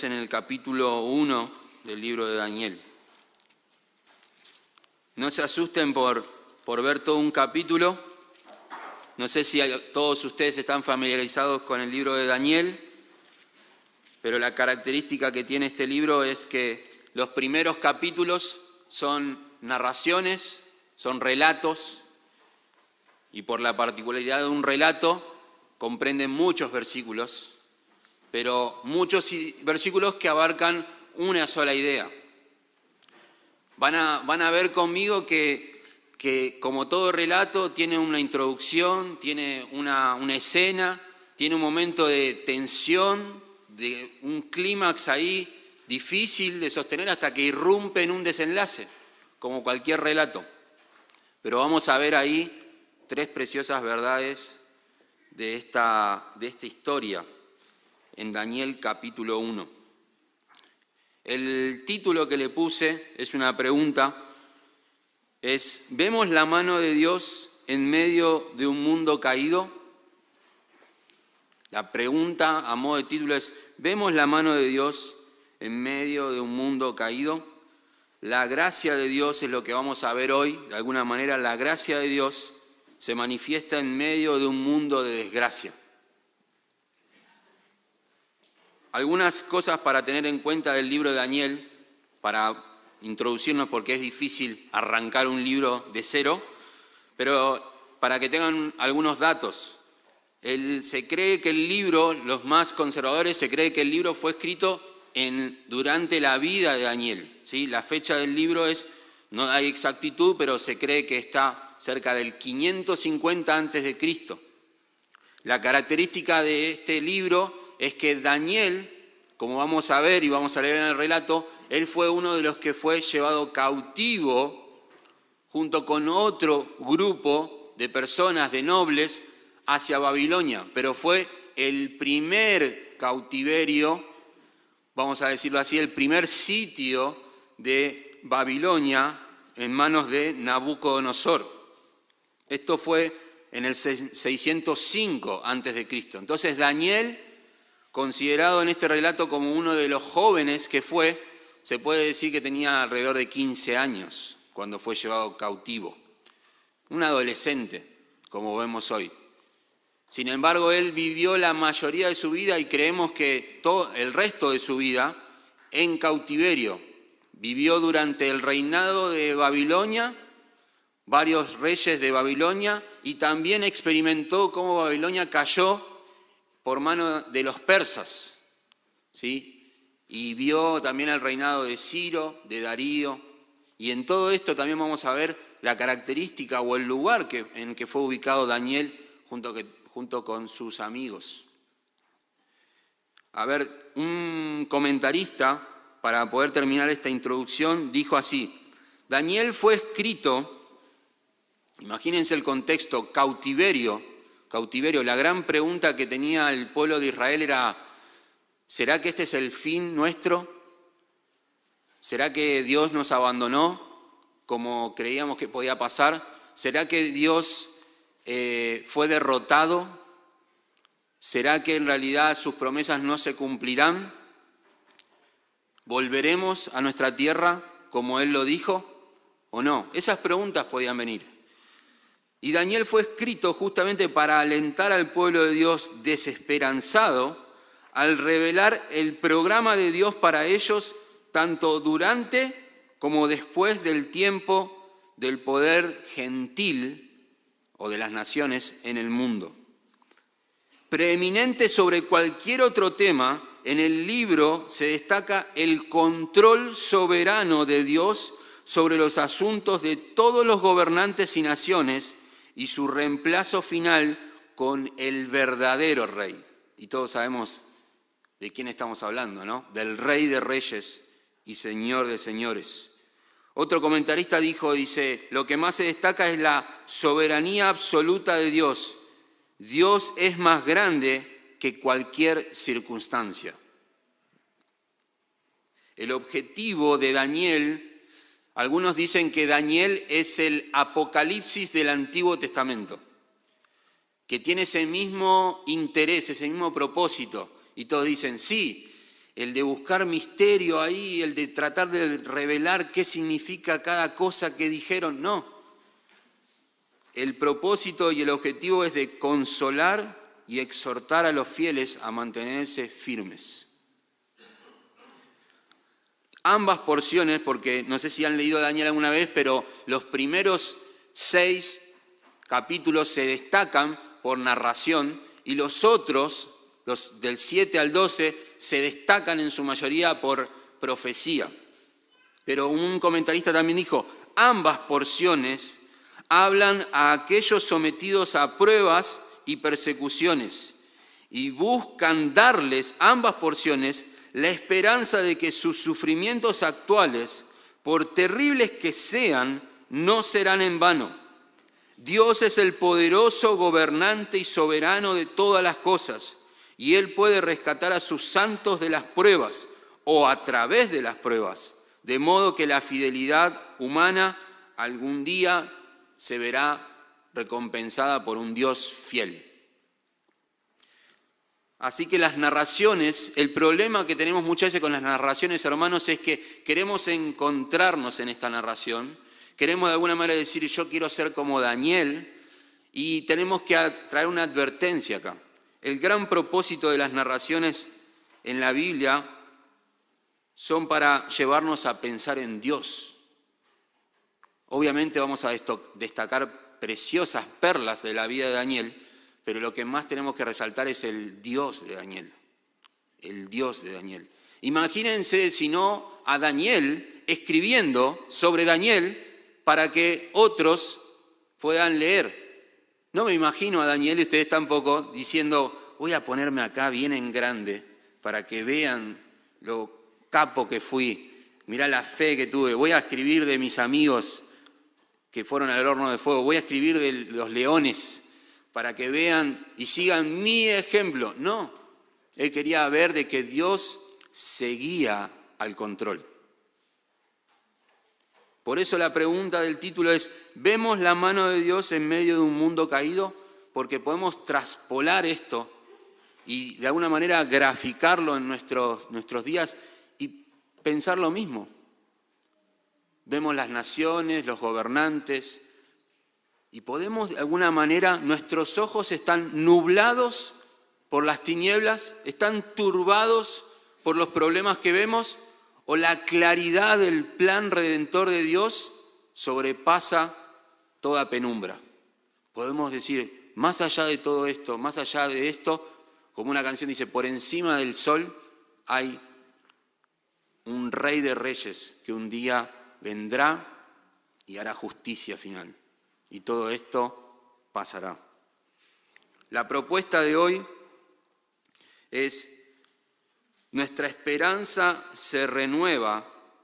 en el capítulo 1 del libro de Daniel. No se asusten por ver todo un capítulo. No sé si todos ustedes están familiarizados con el libro de Daniel, pero la característica que tiene este libro es que los primeros capítulos son narraciones, son relatos, y por la particularidad de un relato comprenden muchos versículos, pero muchos versículos que abarcan una sola idea. Van a ver conmigo que como todo relato tiene una introducción, tiene una escena, tiene un momento de tensión, de un clímax ahí difícil de sostener hasta que irrumpe en un desenlace, como cualquier relato. Pero vamos a ver ahí tres preciosas verdades de esta historia en Daniel capítulo 1. El título que le puse es una pregunta, es ¿vemos la mano de Dios en medio de un mundo caído? La pregunta a modo de título es ¿vemos la mano de Dios en medio de un mundo caído? La gracia de Dios es lo que vamos a ver hoy. De alguna manera la gracia de Dios se manifiesta en medio de un mundo de desgracia. Algunas cosas para tener en cuenta del libro de Daniel, para introducirnos porque es difícil arrancar un libro de cero, pero para que tengan algunos datos. Se cree que el libro, los más conservadores, se cree que el libro fue escrito durante la vida de Daniel, ¿sí? La fecha del libro no hay exactitud, pero se cree que está cerca del 550 a.C. La característica de este libro es que Daniel, como vamos a ver y vamos a leer en el relato, él fue uno de los que fue llevado cautivo junto con otro grupo de personas, de nobles, hacia Babilonia, pero fue el primer cautiverio, vamos a decirlo así, el primer sitio de Babilonia en manos de Nabucodonosor. Esto fue en el 605 a.C. Entonces Daniel, considerado en este relato como uno de los jóvenes que fue, se puede decir que tenía alrededor de 15 años cuando fue llevado cautivo. Un adolescente, como vemos hoy. Sin embargo, él vivió la mayoría de su vida y creemos que todo el resto de su vida en cautiverio. Vivió durante el reinado de Babilonia, varios reyes de Babilonia, y también experimentó cómo Babilonia cayó por mano de los persas, ¿sí? Y vio también el reinado de Ciro, de Darío, y en todo esto también vamos a ver la característica o el lugar en que fue ubicado Daniel junto con sus amigos. A ver, un comentarista, para poder terminar esta introducción, dijo así: Daniel fue escrito, imagínense el contexto, cautiverio, la gran pregunta que tenía el pueblo de Israel era: ¿será que este es el fin nuestro? ¿Será que Dios nos abandonó como creíamos que podía pasar? ¿Será que Dios fue derrotado? ¿Será que en realidad sus promesas no se cumplirán? ¿Volveremos a nuestra tierra como Él lo dijo o no? Esas preguntas podían venir. Y Daniel fue escrito justamente para alentar al pueblo de Dios desesperanzado al revelar el programa de Dios para ellos, tanto durante como después del tiempo del poder gentil o de las naciones en el mundo. Preeminente sobre cualquier otro tema, en el libro se destaca el control soberano de Dios sobre los asuntos de todos los gobernantes y naciones y su reemplazo final con el verdadero rey. Y todos sabemos de quién estamos hablando, ¿no? Del Rey de Reyes y Señor de Señores. Otro comentarista dice, lo que más se destaca es la soberanía absoluta de Dios. Dios es más grande que cualquier circunstancia. El objetivo de Daniel, algunos dicen que Daniel es el Apocalipsis del Antiguo Testamento, que tiene ese mismo interés, ese mismo propósito. Y todos dicen, sí, el de buscar misterio ahí, el de tratar de revelar qué significa cada cosa que dijeron. No. El propósito y el objetivo es de consolar y exhortar a los fieles a mantenerse firmes. Ambas porciones, porque no sé si han leído Daniel alguna vez, pero los primeros 6 capítulos se destacan por narración y los otros, los del 7 al 12, se destacan en su mayoría por profecía. Pero un comentarista también dijo, ambas porciones hablan a aquellos sometidos a pruebas y persecuciones y buscan darles, ambas porciones, la esperanza de que sus sufrimientos actuales, por terribles que sean, no serán en vano. Dios es el poderoso gobernante y soberano de todas las cosas, y Él puede rescatar a sus santos de las pruebas o a través de las pruebas, de modo que la fidelidad humana algún día se verá recompensada por un Dios fiel. Así que las narraciones, el problema que tenemos muchas veces con las narraciones, hermanos, es que queremos encontrarnos en esta narración, queremos de alguna manera decir, yo quiero ser como Daniel, y tenemos que traer una advertencia acá. El gran propósito de las narraciones en la Biblia son para llevarnos a pensar en Dios. Obviamente vamos a destacar preciosas perlas de la vida de Daniel, pero lo que más tenemos que resaltar es el Dios de Daniel. El Dios de Daniel. Imagínense, si no, a Daniel escribiendo sobre Daniel para que otros puedan leer. No me imagino a Daniel, y ustedes tampoco, diciendo, voy a ponerme acá bien en grande para que vean lo capo que fui, mirá la fe que tuve, voy a escribir de mis amigos que fueron al horno de fuego, voy a escribir de los leones para que vean y sigan mi ejemplo. No, él quería ver de que Dios seguía al control. Por eso la pregunta del título es, ¿vemos la mano de Dios en medio de un mundo caído? Porque podemos traspolar esto y de alguna manera graficarlo en nuestros días y pensar lo mismo. Vemos las naciones, los gobernantes, y podemos de alguna manera, nuestros ojos están nublados por las tinieblas, están turbados por los problemas que vemos, o la claridad del plan redentor de Dios sobrepasa toda penumbra. Podemos decir, más allá de todo esto, más allá de esto, como una canción dice, por encima del sol hay un rey de reyes que un día vendrá y hará justicia final. Y todo esto pasará. La propuesta de hoy es, nuestra esperanza se renueva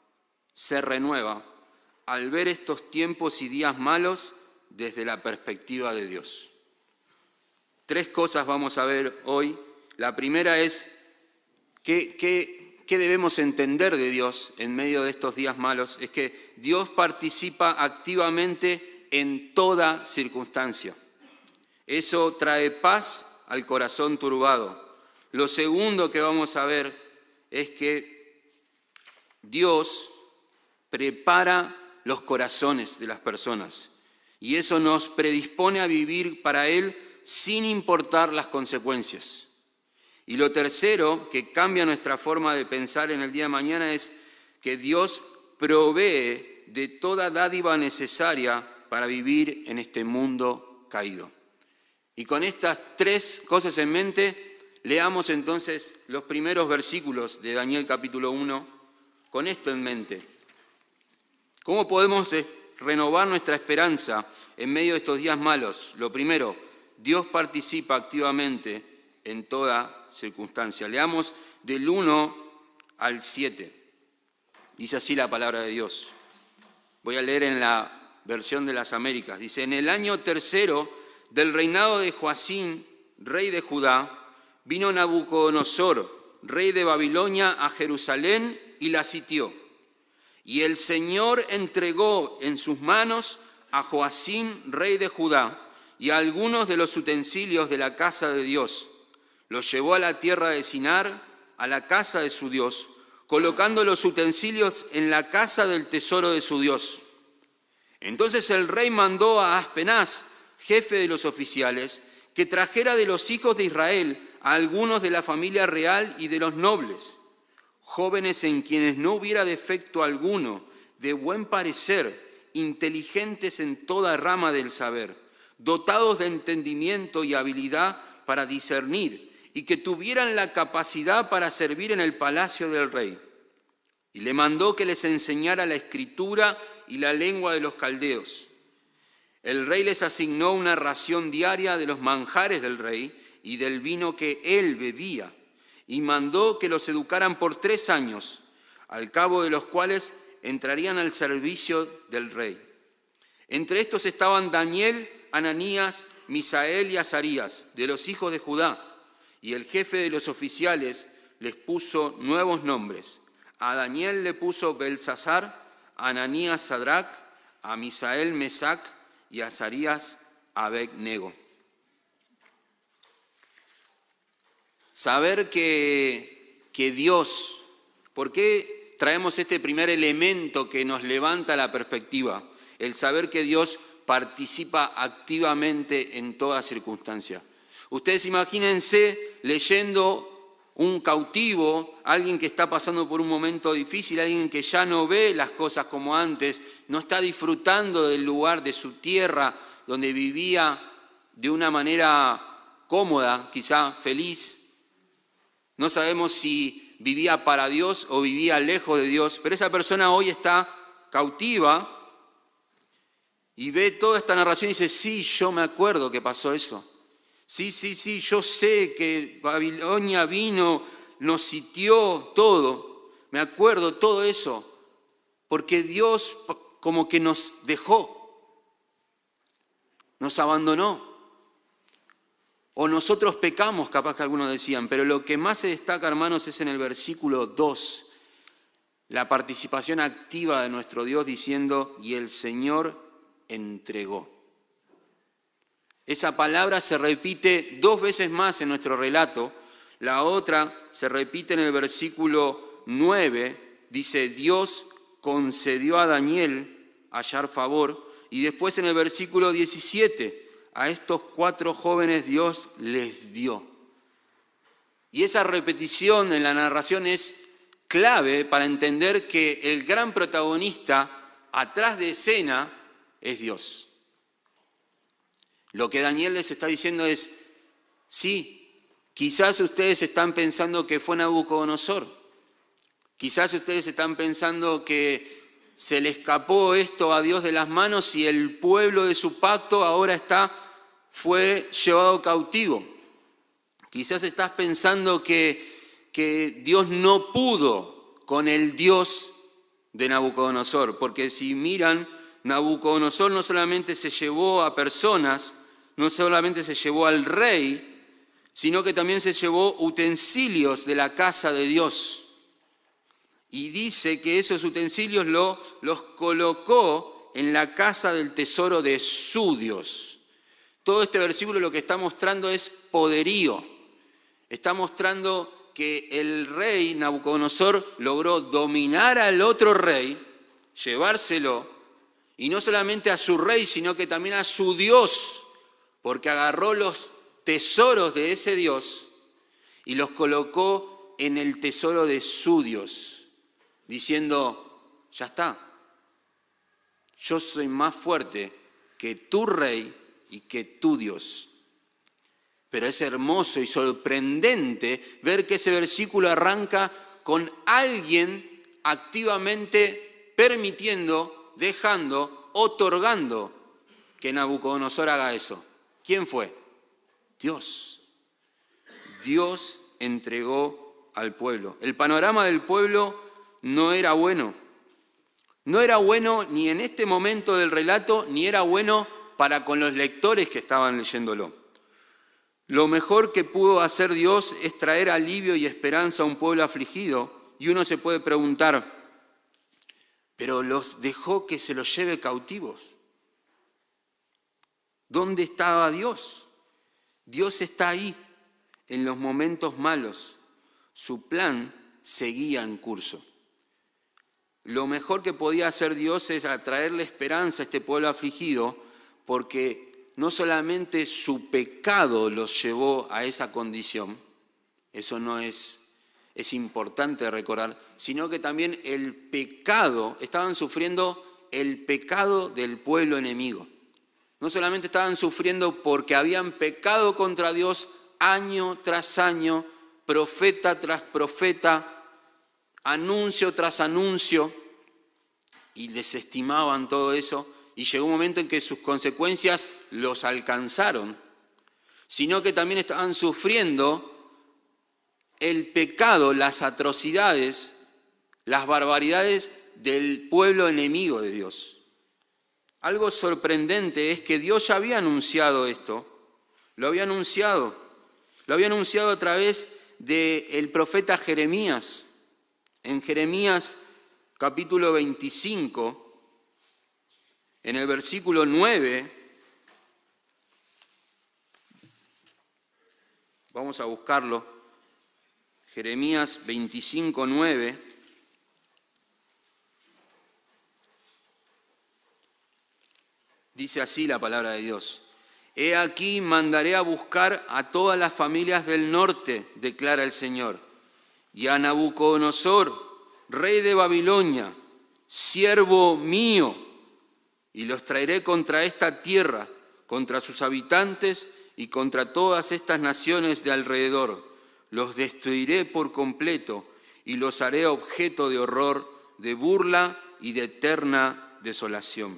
al ver estos tiempos y días malos desde la perspectiva de Dios. 3 cosas vamos a ver hoy. La primera es, ¿qué debemos entender de Dios en medio de estos días malos? Es que Dios participa activamente en toda circunstancia. Eso trae paz al corazón turbado. Lo segundo que vamos a ver es que Dios prepara los corazones de las personas y eso nos predispone a vivir para Él sin importar las consecuencias. Y lo tercero que cambia nuestra forma de pensar en el día de mañana es que Dios provee de toda dádiva necesaria para vivir en este mundo caído. Y con estas 3 cosas en mente, leamos entonces los primeros versículos de Daniel capítulo 1 con esto en mente. ¿Cómo podemos renovar nuestra esperanza en medio de estos días malos? Lo primero, Dios participa activamente en toda circunstancia. Leamos del 1 al 7. Dice así la palabra de Dios. Voy a leer en la versión de las Américas. Dice, en el año 3 del reinado de Joacim, rey de Judá, vino Nabucodonosor, rey de Babilonia, a Jerusalén y la sitió. Y el Señor entregó en sus manos a Joacim, rey de Judá, y a algunos de los utensilios de la casa de Dios. Los llevó a la tierra de Sinar, a la casa de su Dios, colocando los utensilios en la casa del tesoro de su Dios. Entonces el rey mandó a Aspenaz, jefe de los oficiales, que trajera de los hijos de Israel a algunos de la familia real y de los nobles, jóvenes en quienes no hubiera defecto alguno, de buen parecer, inteligentes en toda rama del saber, dotados de entendimiento y habilidad para discernir, y que tuvieran la capacidad para servir en el palacio del rey. Y le mandó que les enseñara la escritura y la lengua de los caldeos. El rey les asignó una ración diaria de los manjares del rey y del vino que él bebía, y mandó que los educaran por 3 años, al cabo de los cuales entrarían al servicio del rey. Entre estos estaban Daniel, Ananías, Misael y Azarías, de los hijos de Judá, y el jefe de los oficiales les puso nuevos nombres. A Daniel le puso Belsasar, a Ananías Sadrac, a Misael Mesac y a Azarías Abed-nego. Saber que Dios, ¿por qué traemos este primer elemento que nos levanta la perspectiva? El saber que Dios participa activamente en toda circunstancia. Ustedes imagínense leyendo un cautivo, alguien que está pasando por un momento difícil, alguien que ya no ve las cosas como antes, no está disfrutando del lugar de su tierra donde vivía de una manera cómoda, quizá feliz. No sabemos si vivía para Dios o vivía lejos de Dios, pero esa persona hoy está cautiva y ve toda esta narración y dice, sí, yo me acuerdo que pasó eso. Sí, yo sé que Babilonia vino, nos sitió todo. Me acuerdo todo eso, porque Dios como que nos dejó, nos abandonó. O nosotros pecamos, capaz que algunos decían, pero lo que más se destaca, hermanos, es en el versículo 2, la participación activa de nuestro Dios diciendo, y el Señor entregó. Esa palabra se repite 2 veces más en nuestro relato. La otra se repite en el versículo 9, dice, Dios concedió a Daniel hallar favor, y después en el versículo 17, a estos 4 jóvenes Dios les dio. Y esa repetición en la narración es clave para entender que el gran protagonista atrás de escena es Dios. Lo que Daniel les está diciendo es, sí, quizás ustedes están pensando que fue Nabucodonosor, quizás ustedes están pensando que se le escapó esto a Dios de las manos y el pueblo de su pacto ahora fue llevado cautivo. Quizás estás pensando que Dios no pudo con el Dios de Nabucodonosor, porque si miran, Nabucodonosor no solamente se llevó a personas, no solamente se llevó al rey, sino que también se llevó utensilios de la casa de Dios. Y dice que esos utensilios los colocó en la casa del tesoro de su Dios. Todo este versículo lo que está mostrando es poderío. Está mostrando que el rey Nabucodonosor logró dominar al otro rey, llevárselo, y no solamente a su rey, sino que también a su Dios, porque agarró los tesoros de ese Dios y los colocó en el tesoro de su Dios, diciendo, ya está, yo soy más fuerte que tu rey y que tu Dios. Pero es hermoso y sorprendente ver que ese versículo arranca con alguien activamente permitiendo, dejando, otorgando que Nabucodonosor haga eso. ¿Quién fue? Dios. Dios entregó al pueblo. El panorama del pueblo no era bueno. No era bueno ni en este momento del relato, ni era bueno para con los lectores que estaban leyéndolo. Lo mejor que pudo hacer Dios es traer alivio y esperanza a un pueblo afligido. Y uno se puede preguntar, pero los dejó que se los lleve cautivos. ¿Dónde estaba Dios? Dios está ahí en los momentos malos. Su plan seguía en curso. Lo mejor que podía hacer Dios es traerle esperanza a este pueblo afligido, porque no solamente su pecado los llevó a esa condición, eso no es importante recordar, sino que también estaban sufriendo el pecado del pueblo enemigo. No solamente estaban sufriendo porque habían pecado contra Dios año tras año, profeta tras profeta, anuncio tras anuncio, y desestimaban todo eso, y llegó un momento en que sus consecuencias los alcanzaron, sino que también estaban sufriendo el pecado, las atrocidades, las barbaridades del pueblo enemigo de Dios. Algo sorprendente es que Dios ya había anunciado esto, lo había anunciado a través del profeta Jeremías. En Jeremías capítulo 25, en el versículo 9, vamos a buscarlo, Jeremías 25, 9, dice así la palabra de Dios: He aquí mandaré a buscar a todas las familias del norte, declara el Señor, y a Nabucodonosor, rey de Babilonia, siervo mío, y los traeré contra esta tierra, contra sus habitantes y contra todas estas naciones de alrededor. Los destruiré por completo y los haré objeto de horror, de burla y de eterna desolación.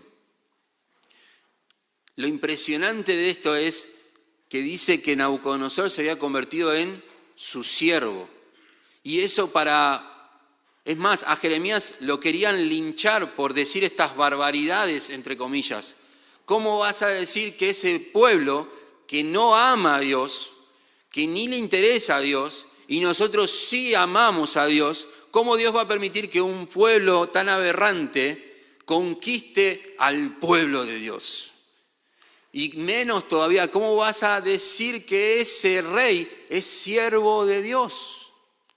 Lo impresionante de esto es que dice que Nabucodonosor se había convertido en su siervo. Y eso es más, a Jeremías lo querían linchar por decir estas barbaridades, entre comillas. ¿Cómo vas a decir que ese pueblo que no ama a Dios, que ni le interesa a Dios, y nosotros sí amamos a Dios, cómo Dios va a permitir que un pueblo tan aberrante conquiste al pueblo de Dios? Y menos todavía, ¿cómo vas a decir que ese rey es siervo de Dios?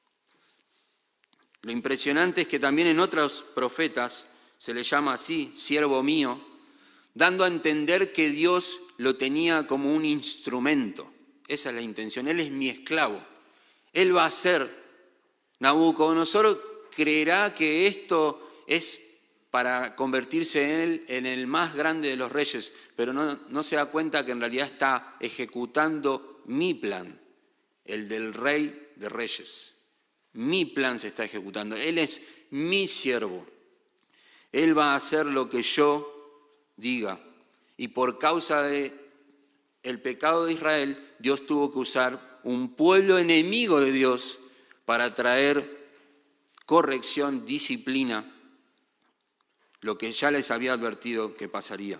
Lo impresionante es que también en otros profetas se le llama así, siervo mío, dando a entender que Dios lo tenía como un instrumento. Esa es la intención. Él es mi esclavo. Él va a ser. Nabucodonosor creerá que esto es para convertirse en el más grande de los reyes, pero no se da cuenta que en realidad está ejecutando mi plan, el del rey de reyes. Mi plan se está ejecutando. Él es mi siervo. Él va a hacer lo que yo diga. Y por causa del pecado de Israel, Dios tuvo que usar un pueblo enemigo de Dios para traer corrección, disciplina, lo que ya les había advertido que pasaría.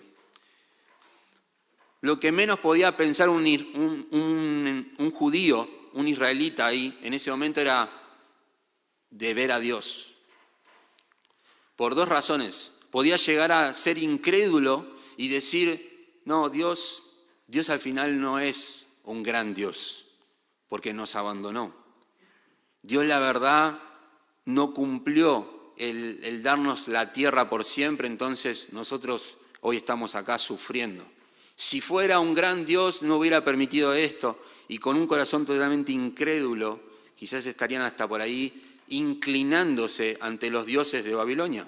Lo que menos podía pensar un judío, un israelita ahí, en ese momento era de ver a Dios. Por dos razones. Podía llegar a ser incrédulo y decir, no, Dios al final no es un gran Dios, porque nos abandonó. Dios, la verdad, no cumplió el darnos la tierra por siempre, entonces nosotros hoy estamos acá sufriendo. Si fuera un gran Dios no hubiera permitido esto, y con un corazón totalmente incrédulo, quizás estarían hasta por ahí inclinándose ante los dioses de Babilonia.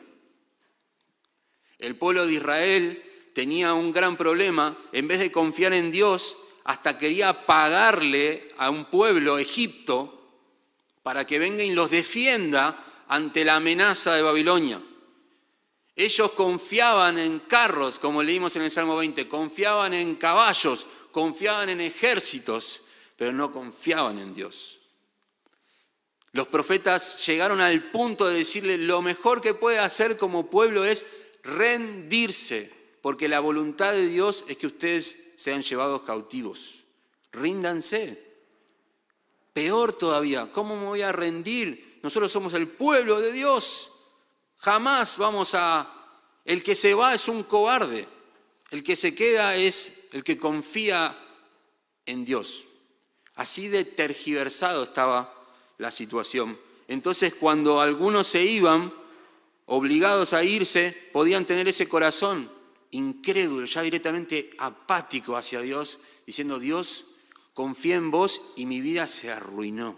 El pueblo de Israel tenía un gran problema. En vez de confiar en Dios, hasta quería pagarle a un pueblo, Egipto, para que venga y los defienda ante la amenaza de Babilonia. Ellos confiaban en carros, como leímos en el Salmo 20, confiaban en caballos, confiaban en ejércitos, pero no confiaban en Dios. Los profetas llegaron al punto de decirle, lo mejor que puede hacer como pueblo es rendirse, porque la voluntad de Dios es que ustedes sean llevados cautivos. Ríndanse. Peor todavía, ¿cómo me voy a rendir? Nosotros somos el pueblo de Dios. Jamás vamos a... El que se va es un cobarde. El que se queda es el que confía en Dios. Así de tergiversado estaba la situación. Entonces, cuando algunos se iban, obligados a irse, podían tener ese corazón incrédulo, ya directamente apático hacia Dios, diciendo: Dios, confié en vos y mi vida se arruinó.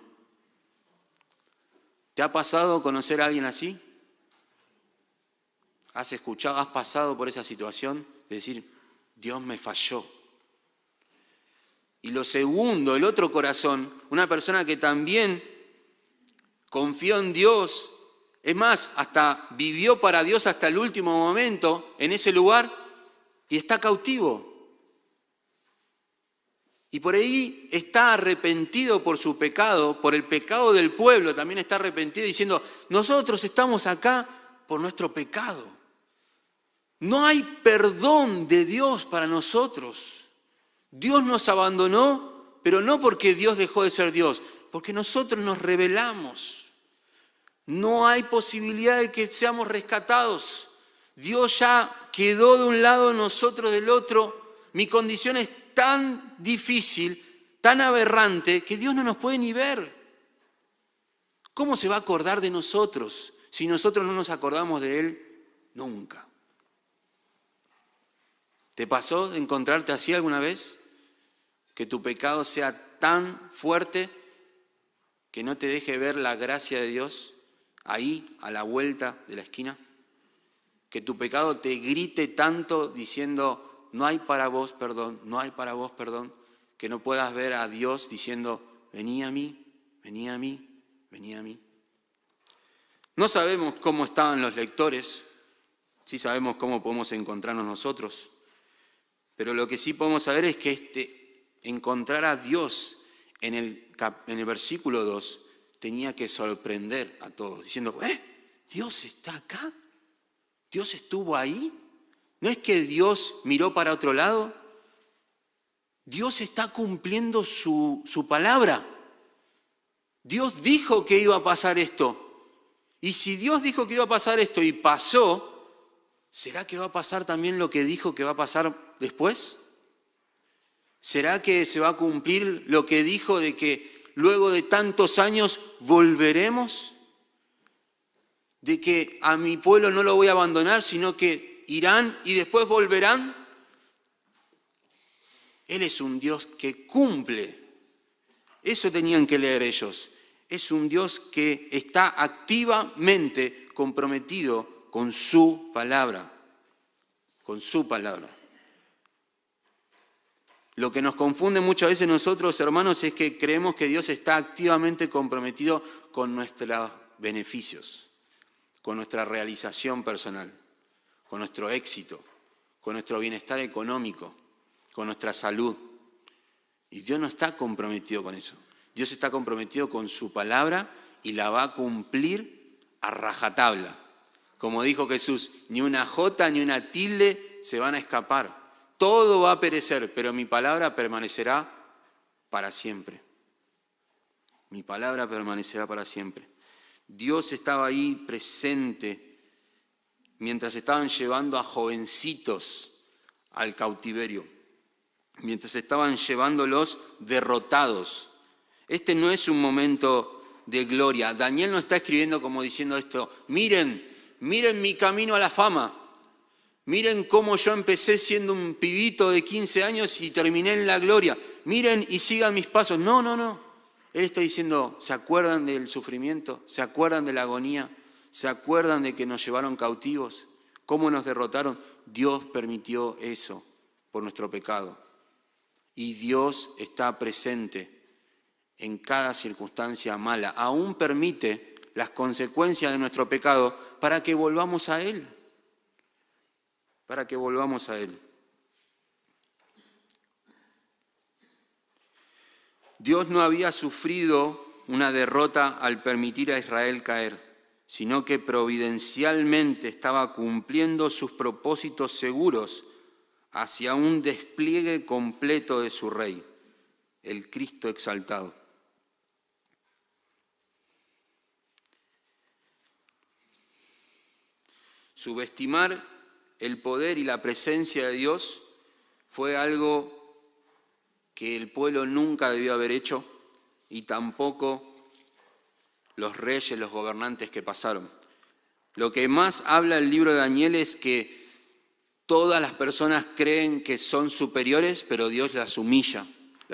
¿Te ha pasado conocer a alguien así? ¿Has escuchado, has pasado por esa situación de decir: Dios me falló? Y lo segundo, el otro corazón, una persona que también confió en Dios, es más, hasta vivió para Dios hasta el último momento en ese lugar y está cautivo. Y por ahí está arrepentido por su pecado, por el pecado del pueblo, también está arrepentido diciendo: nosotros estamos acá por nuestro pecado. No hay perdón de Dios para nosotros. Dios nos abandonó, pero no porque Dios dejó de ser Dios, porque nosotros nos rebelamos. No hay posibilidad de que seamos rescatados. Dios ya quedó de un lado, nosotros del otro. Mi condición es tan difícil, tan aberrante, que Dios no nos puede ni ver. ¿Cómo se va a acordar de nosotros si nosotros no nos acordamos de Él nunca? ¿Te pasó de encontrarte así alguna vez? Que tu pecado sea tan fuerte que no te deje ver la gracia de Dios ahí, a la vuelta de la esquina. Que tu pecado te grite tanto diciendo: no hay para vos perdón, no hay para vos perdón. Que no puedas ver a Dios diciendo: vení a mí, vení a mí, vení a mí. No sabemos cómo estaban los lectores, sí sabemos cómo podemos encontrarnos nosotros, pero lo que sí podemos saber es que encontrar a Dios en el versículo 2 tenía que sorprender a todos, diciendo: ¿Dios está acá? ¿Dios estuvo ahí? ¿No es que Dios miró para otro lado? Dios está cumpliendo su palabra. Dios dijo que iba a pasar esto. Y si Dios dijo que iba a pasar esto y pasó, ¿será que va a pasar también lo que dijo que va a pasar después? ¿Será que se va a cumplir lo que dijo de que luego de tantos años volveremos? ¿De que a mi pueblo no lo voy a abandonar, sino que irán y después volverán? Él es un Dios que cumple. Eso tenían que leer ellos. Es un Dios que está activamente comprometido con su palabra. Con su palabra. Lo que nos confunde muchas veces nosotros, hermanos, es que creemos que Dios está activamente comprometido con nuestros beneficios, con nuestra realización personal, con nuestro éxito, con nuestro bienestar económico, con nuestra salud. Y Dios no está comprometido con eso. Dios está comprometido con su palabra y la va a cumplir a rajatabla. Como dijo Jesús, ni una jota ni una tilde se van a escapar. Todo va a perecer, pero mi palabra permanecerá para siempre. Mi palabra permanecerá para siempre. Dios estaba ahí presente mientras estaban llevando a jovencitos al cautiverio, mientras estaban llevándolos derrotados. Este no es un momento de gloria. Daniel no está escribiendo como diciendo esto: miren mi camino a la fama. Miren cómo yo empecé siendo un pibito de 15 años y terminé en la gloria. Miren y sigan mis pasos. No. Él está diciendo: ¿se acuerdan del sufrimiento? ¿Se acuerdan de la agonía? ¿Se acuerdan de que nos llevaron cautivos? ¿Cómo nos derrotaron? Dios permitió eso por nuestro pecado. Y Dios está presente en cada circunstancia mala. Aún permite las consecuencias de nuestro pecado para que volvamos a Él. Para que volvamos a Él. Dios no había sufrido una derrota al permitir a Israel caer, sino que providencialmente estaba cumpliendo sus propósitos seguros hacia un despliegue completo de su Rey, el Cristo exaltado. Subestimar el poder y la presencia de Dios fue algo que el pueblo nunca debió haber hecho y tampoco los reyes, los gobernantes que pasaron. Lo que más habla el libro de Daniel es que todas las personas creen que son superiores, pero Dios las humilla,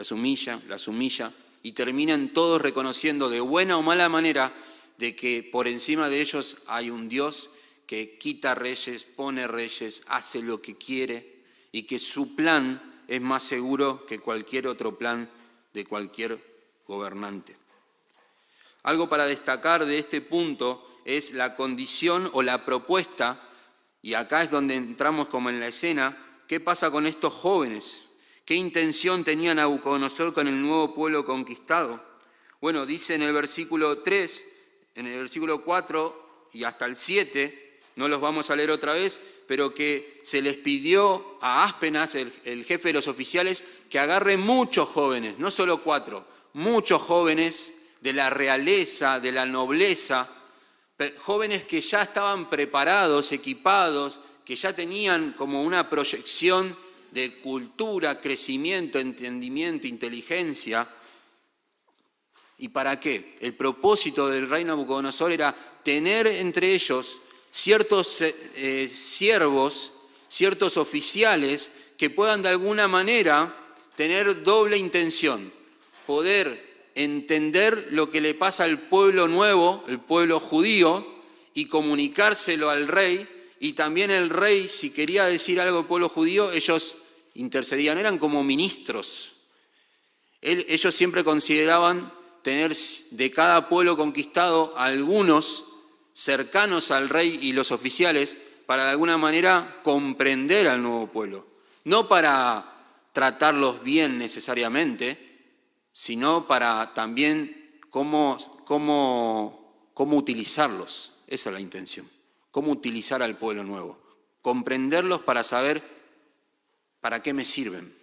y terminan todos reconociendo de buena o mala manera de que por encima de ellos hay un Dios que quita reyes, pone reyes, hace lo que quiere y que su plan es más seguro que cualquier otro plan de cualquier gobernante. Algo para destacar de este punto es la condición o la propuesta, y acá es donde entramos como en la escena. ¿Qué pasa con estos jóvenes? ¿Qué intención tenía Nabucodonosor con el nuevo pueblo conquistado? Bueno, dice en el versículo 3, en el versículo 4 y hasta el 7, no los vamos a leer otra vez, pero que se les pidió a Aspenas, el jefe de los oficiales, que agarre muchos jóvenes, no solo 4, muchos jóvenes de la realeza, de la nobleza, jóvenes que ya estaban preparados, equipados, que ya tenían como una proyección de cultura, crecimiento, entendimiento, inteligencia. ¿Y para qué? El propósito del rey Nabucodonosor era tener entre ellos ciertos siervos, ciertos oficiales que puedan de alguna manera tener doble intención, poder entender lo que le pasa al pueblo nuevo, el pueblo judío, y comunicárselo al rey, y también el rey, si quería decir algo al pueblo judío, ellos intercedían, eran como ministros. Ellos siempre consideraban tener de cada pueblo conquistado a algunos cercanos al rey y los oficiales para de alguna manera comprender al nuevo pueblo. No para tratarlos bien necesariamente, sino para también cómo utilizarlos. Esa es la intención. Cómo utilizar al pueblo nuevo. Comprenderlos para saber para qué me sirven.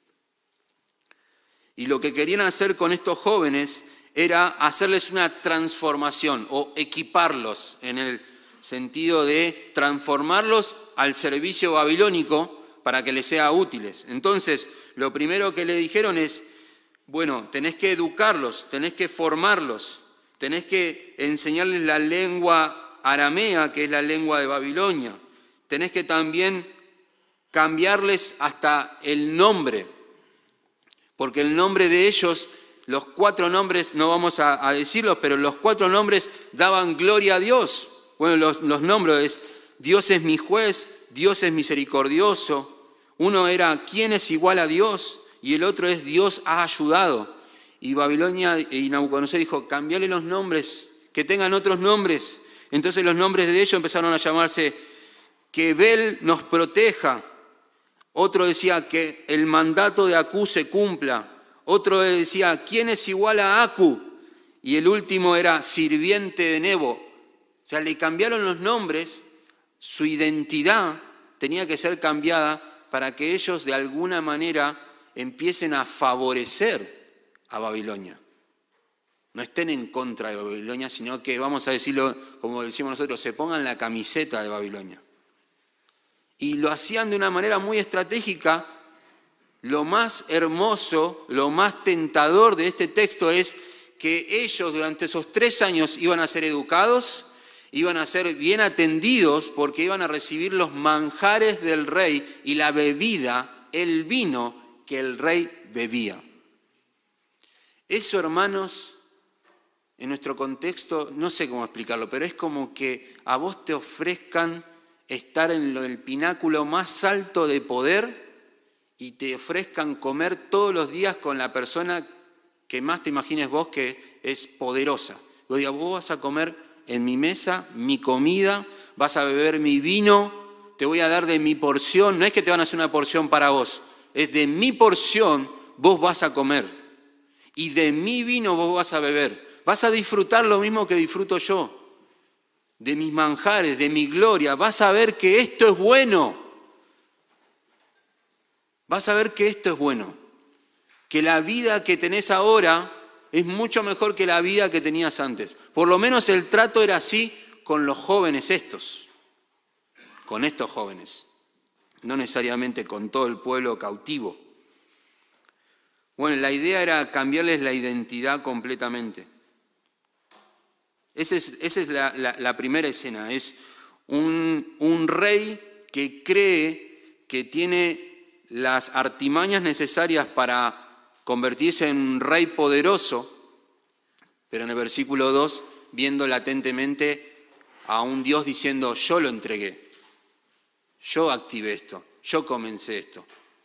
Y lo que querían hacer con estos jóvenes era hacerles una transformación o equiparlos en el sentido de transformarlos al servicio babilónico para que les sea útiles. Entonces, lo primero que le dijeron es: bueno, tenés que educarlos, tenés que formarlos, tenés que enseñarles la lengua aramea, que es la lengua de Babilonia. Tenés que también cambiarles hasta el nombre, porque el nombre de ellos, los 4 nombres, no vamos a decirlos, pero los 4 nombres daban gloria a Dios. Bueno, los nombres: Dios es mi juez, Dios es misericordioso. Uno era ¿quién es igual a Dios? Y el otro es Dios ha ayudado. Y Babilonia y Nabucodonosor dijo: cambiale los nombres, que tengan otros nombres. Entonces los nombres de ellos empezaron a llamarse que Bel nos proteja. Otro decía que el mandato de Acú se cumpla. Otro decía ¿quién es igual a Acú? Y el último era sirviente de Nebo. O sea, le cambiaron los nombres, su identidad tenía que ser cambiada para que ellos de alguna manera empiecen a favorecer a Babilonia. No estén en contra de Babilonia, sino que, vamos a decirlo como decimos nosotros, se pongan la camiseta de Babilonia. Y lo hacían de una manera muy estratégica. Lo más hermoso, lo más tentador de este texto es que ellos durante esos 3 años iban a ser educados, iban a ser bien atendidos, porque iban a recibir los manjares del rey y la bebida, el vino que el rey bebía. Eso, hermanos, en nuestro contexto, no sé cómo explicarlo, pero es como que a vos te ofrezcan estar en el pináculo más alto de poder y te ofrezcan comer todos los días con la persona que más te imagines vos que es poderosa. Vos digas: vos vas a comer en mi mesa, mi comida, vas a beber mi vino, te voy a dar de mi porción. No es que te van a hacer una porción para vos, es de mi porción vos vas a comer y de mi vino vos vas a beber. Vas a disfrutar lo mismo que disfruto yo, de mis manjares, de mi gloria. Vas a ver que esto es bueno. Vas a ver que esto es bueno. Que la vida que tenés ahora es mucho mejor que la vida que tenías antes. Por lo menos el trato era así con los jóvenes estos. Con estos jóvenes. No necesariamente con todo el pueblo cautivo. Bueno, la idea era cambiarles la identidad completamente. Esa es la primera escena. Es un rey que cree que tiene las artimañas necesarias para convertirse en un rey poderoso, pero en el versículo 2, viendo latentemente a un Dios diciendo, yo lo entregué, yo activé esto, yo comencé esto,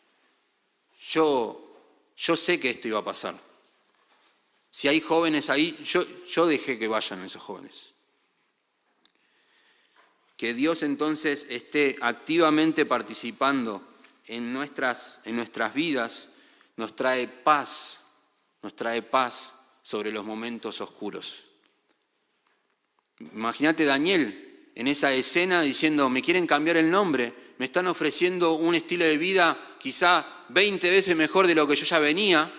yo sé que esto iba a pasar. Si hay jóvenes ahí, yo dejé que vayan esos jóvenes. Que Dios entonces esté activamente participando en nuestras vidas nos trae paz sobre los momentos oscuros. Imagínate Daniel en esa escena diciendo, me quieren cambiar el nombre, me están ofreciendo un estilo de vida quizá 20 veces mejor de lo que yo ya venía.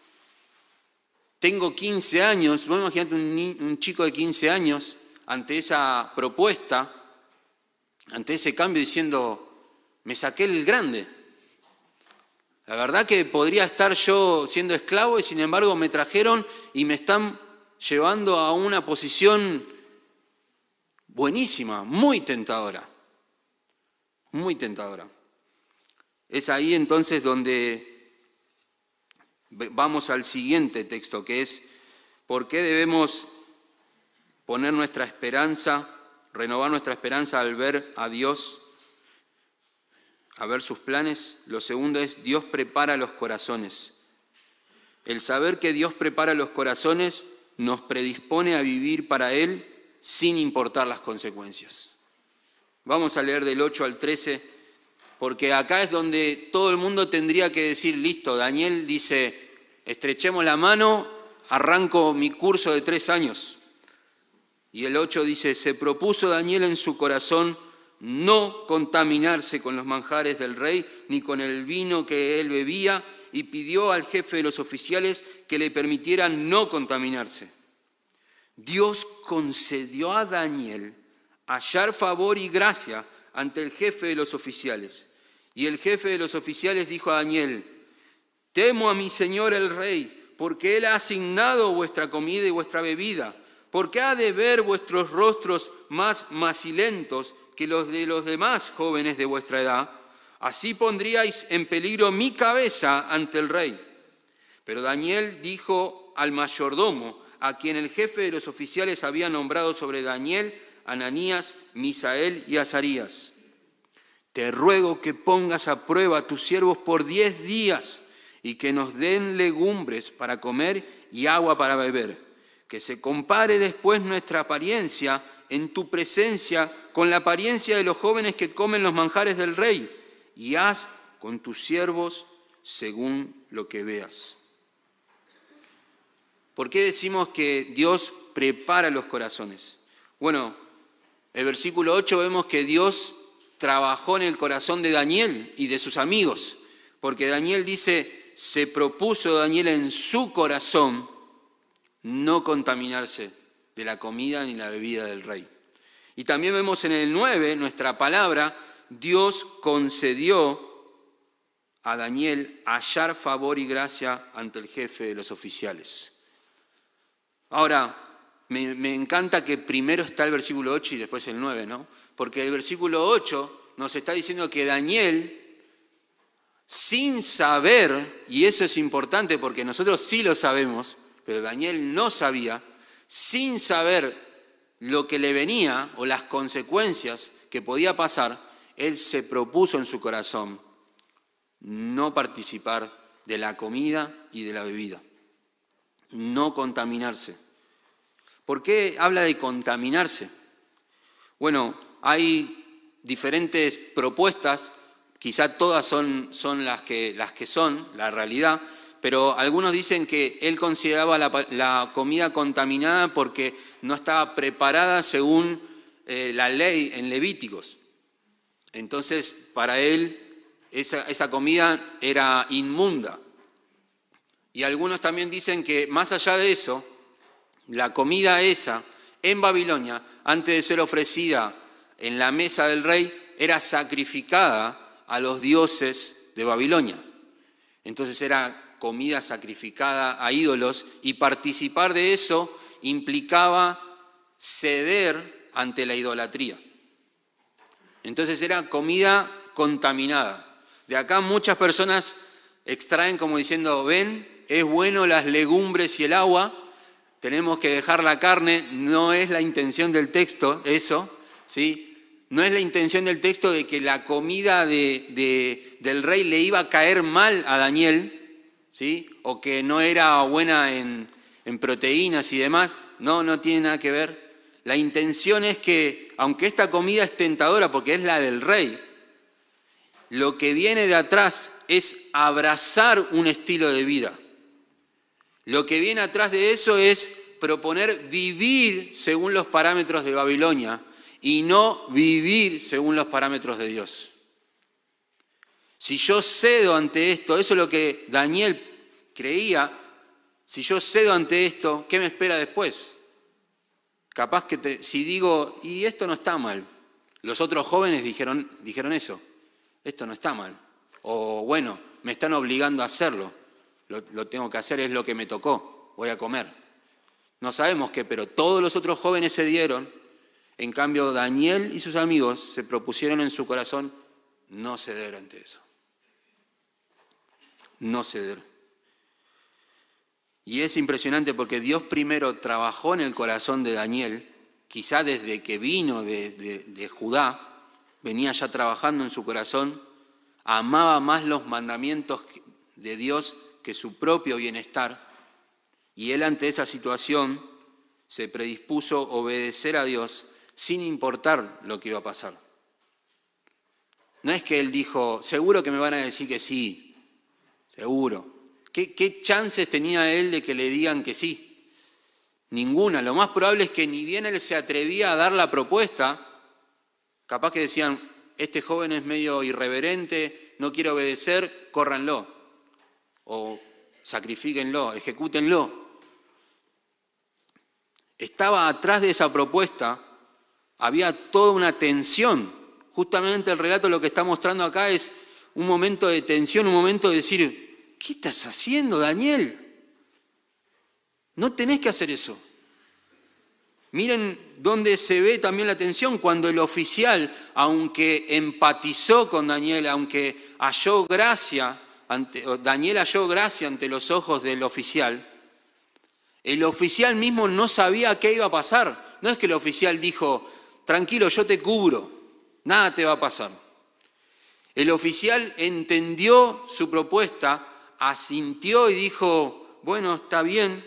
Tengo 15 años, vos imaginate un chico de 15 años ante esa propuesta, ante ese cambio diciendo, me saqué el grande. La verdad que podría estar yo siendo esclavo y sin embargo me trajeron y me están llevando a una posición buenísima, muy tentadora. Muy tentadora. Es ahí entonces donde vamos al siguiente texto, que es ¿por qué debemos poner nuestra esperanza, renovar nuestra esperanza al ver a Dios, a ver sus planes? Lo segundo es Dios prepara los corazones. El saber que Dios prepara los corazones nos predispone a vivir para Él sin importar las consecuencias. Vamos a leer del 8 al 13, porque acá es donde todo el mundo tendría que decir, listo, Daniel dice, estrechemos la mano, arranco mi curso de 3 años. Y el 8 dice, se propuso Daniel en su corazón no contaminarse con los manjares del rey, ni con el vino que él bebía, y pidió al jefe de los oficiales que le permitiera no contaminarse. Dios concedió a Daniel hallar favor y gracia ante el jefe de los oficiales. Y el jefe de los oficiales dijo a Daniel, temo a mi señor el rey, porque él ha asignado vuestra comida y vuestra bebida, porque ha de ver vuestros rostros más macilentos que los de los demás jóvenes de vuestra edad. Así pondríais en peligro mi cabeza ante el rey. Pero Daniel dijo al mayordomo, a quien el jefe de los oficiales había nombrado sobre Daniel, Ananías, Misael y Azarías, te ruego que pongas a prueba a tus siervos por 10 días y que nos den legumbres para comer y agua para beber, que se compare después nuestra apariencia en tu presencia con la apariencia de los jóvenes que comen los manjares del rey, y haz con tus siervos según lo que veas. ¿Por qué decimos que Dios prepara los corazones? Bueno, el versículo 8 vemos que Dios trabajó en el corazón de Daniel y de sus amigos, porque Daniel dice, se propuso Daniel en su corazón no contaminarse de la comida ni la bebida del rey. Y también vemos en el 9, nuestra palabra, Dios concedió a Daniel hallar favor y gracia ante el jefe de los oficiales. Ahora, me encanta que primero está el versículo 8 y después el 9, ¿no? Porque el versículo 8 nos está diciendo que Daniel, sin saber, y eso es importante porque nosotros sí lo sabemos, pero Daniel no sabía, sin saber lo que le venía o las consecuencias que podía pasar, él se propuso en su corazón no participar de la comida y de la bebida, no contaminarse. ¿Por qué habla de contaminarse? Bueno, hay diferentes propuestas, quizá todas son las que son la realidad, pero algunos dicen que él consideraba la comida contaminada porque no estaba preparada según la ley en Levíticos. Entonces, para él, esa comida era inmunda. Y algunos también dicen que más allá de eso, la comida esa en Babilonia, antes de ser ofrecida en la mesa del rey, era sacrificada a los dioses de Babilonia. Entonces era comida sacrificada a ídolos y participar de eso implicaba ceder ante la idolatría. Entonces era comida contaminada. De acá muchas personas extraen como diciendo, ven, es bueno las legumbres y el agua, tenemos que dejar la carne, no es la intención del texto eso, ¿sí? No es la intención del texto de que la comida del rey le iba a caer mal a Daniel, ¿sí? O que no era buena en proteínas y demás. No tiene nada que ver. La intención es que, aunque esta comida es tentadora porque es la del rey, lo que viene de atrás es abrazar un estilo de vida. Lo que viene atrás de eso es proponer vivir según los parámetros de Babilonia y no vivir según los parámetros de Dios. Si yo cedo ante esto, eso es lo que Daniel creía, si yo cedo ante esto, ¿qué me espera después? Capaz que si digo, y esto no está mal, los otros jóvenes dijeron eso, esto no está mal, o bueno, me están obligando a hacerlo, lo tengo que hacer, es lo que me tocó, voy a comer. No sabemos qué, pero todos los otros jóvenes se dieron. En cambio, Daniel y sus amigos se propusieron en su corazón no ceder ante eso. No ceder. Y es impresionante porque Dios primero trabajó en el corazón de Daniel, quizá desde que vino de Judá, venía ya trabajando en su corazón, amaba más los mandamientos de Dios que su propio bienestar, y él ante esa situación se predispuso a obedecer a Dios sin importar lo que iba a pasar. No es que él dijo, seguro que me van a decir que sí, seguro. ¿Qué chances tenía él de que le digan que sí? Ninguna. Lo más probable es que ni bien él se atrevía a dar la propuesta, capaz que decían, este joven es medio irreverente, no quiere obedecer, córranlo. O sacrifíquenlo, ejecútenlo. Estaba atrás de esa propuesta, había toda una tensión. Justamente el relato lo que está mostrando acá es un momento de tensión, un momento de decir, ¿qué estás haciendo, Daniel? No tenés que hacer eso. Miren dónde se ve también la tensión, cuando el oficial, aunque empatizó con Daniel, aunque Daniel halló gracia ante los ojos del oficial, el oficial mismo no sabía qué iba a pasar. No es que el oficial dijo, tranquilo, yo te cubro, nada te va a pasar. El oficial entendió su propuesta, asintió y dijo, bueno, está bien,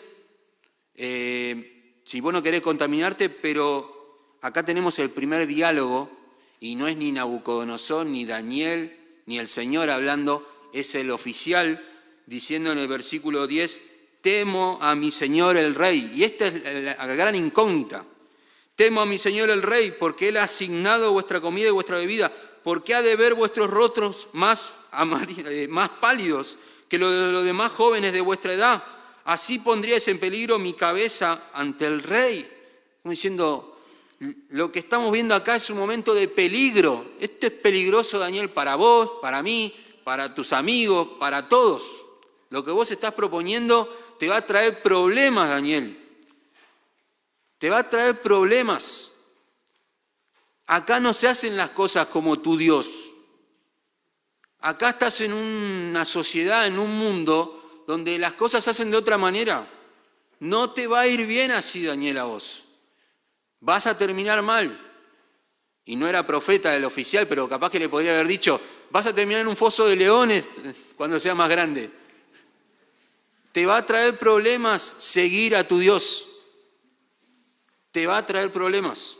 si vos no querés contaminarte, pero acá tenemos el primer diálogo y no es ni Nabucodonosor, ni Daniel, ni el Señor hablando, es el oficial diciendo en el versículo 10, temo a mi Señor el Rey. Y esta es la gran incógnita. Temo a mi Señor el Rey, porque Él ha asignado vuestra comida y vuestra bebida, porque ha de ver vuestros rostros más pálidos que los de los demás jóvenes de vuestra edad. Así pondríais en peligro mi cabeza ante el Rey. Como diciendo, lo que estamos viendo acá es un momento de peligro. Esto es peligroso, Daniel, para vos, para mí, para tus amigos, para todos. Lo que vos estás proponiendo te va a traer problemas, Daniel. Te va a traer problemas. Acá no se hacen las cosas como tu Dios. Acá estás en una sociedad, en un mundo donde las cosas se hacen de otra manera. No te va a ir bien así, Daniel, a vos. Vas a terminar mal. Y no era profeta del oficial, pero capaz que le podría haber dicho, vas a terminar en un foso de leones cuando seas más grande. Te va a traer problemas seguir a tu Dios. Te va a traer problemas.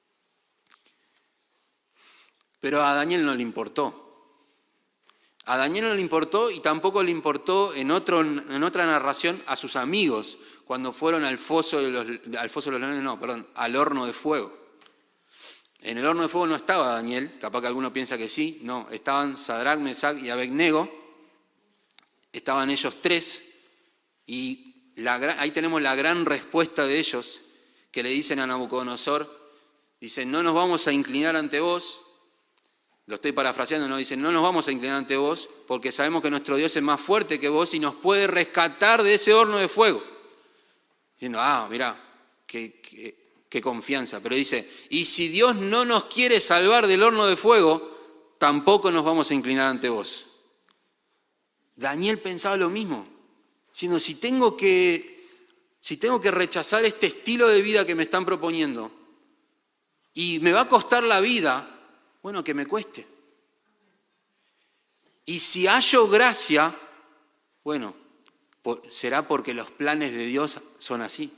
Pero a Daniel no le importó. A Daniel no le importó y tampoco le importó en otra narración a sus amigos cuando fueron al al horno de fuego. En el horno de fuego no estaba Daniel, capaz que alguno piensa que sí, no, estaban Sadrac, Mesac y Abednego, estaban ellos tres. Y ahí tenemos la gran respuesta de ellos, que le dicen a Nabucodonosor, dicen, no nos vamos a inclinar ante vos, lo estoy parafraseando, no dicen, no nos vamos a inclinar ante vos, porque sabemos que nuestro Dios es más fuerte que vos y nos puede rescatar de ese horno de fuego. Diciendo, mirá, qué qué confianza. Pero dice, y si Dios no nos quiere salvar del horno de fuego, tampoco nos vamos a inclinar ante vos. Daniel pensaba lo mismo, diciendo, si tengo que rechazar este estilo de vida que me están proponiendo y me va a costar la vida, bueno, que me cueste. Y si hallo gracia, bueno, será porque los planes de Dios son así.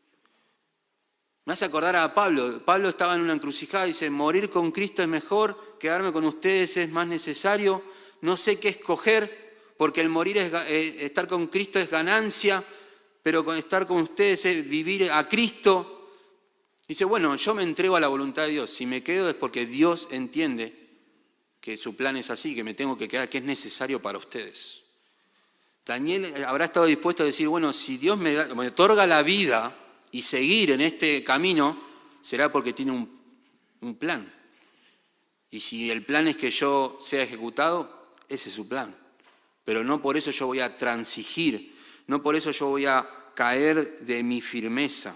Me hace acordar a Pablo. Pablo estaba en una encrucijada y dice, morir con Cristo es mejor, quedarme con ustedes es más necesario, no sé qué escoger, porque el morir estar con Cristo es ganancia, pero con estar con ustedes es vivir a Cristo. Dice, bueno, yo me entrego a la voluntad de Dios. Si me quedo es porque Dios entiende que su plan es así, que me tengo que quedar, que es necesario para ustedes. Daniel habrá estado dispuesto a decir, bueno, si Dios me otorga la vida y seguir en este camino, será porque tiene un plan. Y si el plan es que yo sea ejecutado, ese es su plan. Pero no por eso yo voy a transigir, no por eso yo voy a caer de mi firmeza.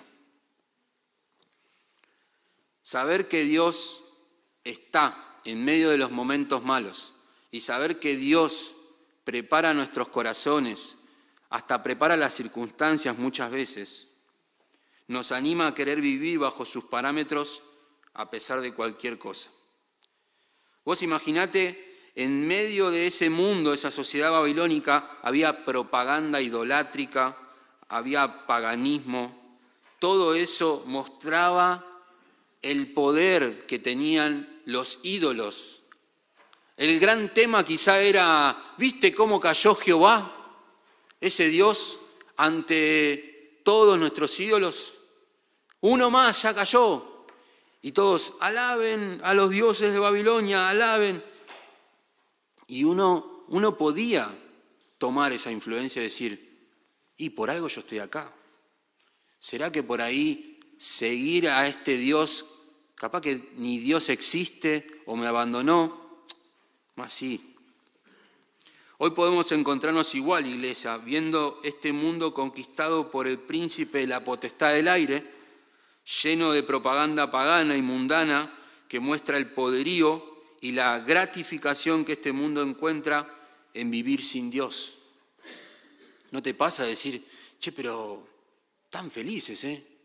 Saber que Dios está en medio de los momentos malos y saber que Dios prepara nuestros corazones, hasta prepara las circunstancias muchas veces, nos anima a querer vivir bajo sus parámetros a pesar de cualquier cosa. Vos imaginate, en medio de ese mundo, esa sociedad babilónica, había propaganda idolátrica, había paganismo, todo eso mostraba el poder que tenían los ídolos. El gran tema quizá era, ¿viste cómo cayó Jehová, ese Dios, ante todos nuestros ídolos? Uno más ya cayó. Y todos, alaben a los dioses de Babilonia, alaben. Y uno podía tomar esa influencia y decir, y por algo yo estoy acá. ¿Será que por ahí seguir a este Dios, capaz que ni Dios existe o me abandonó? Más sí. Hoy podemos encontrarnos igual, iglesia, viendo este mundo conquistado por el príncipe de la potestad del aire, lleno de propaganda pagana y mundana que muestra el poderío y la gratificación que este mundo encuentra en vivir sin Dios. ¿No te pasa decir, che, pero tan felices,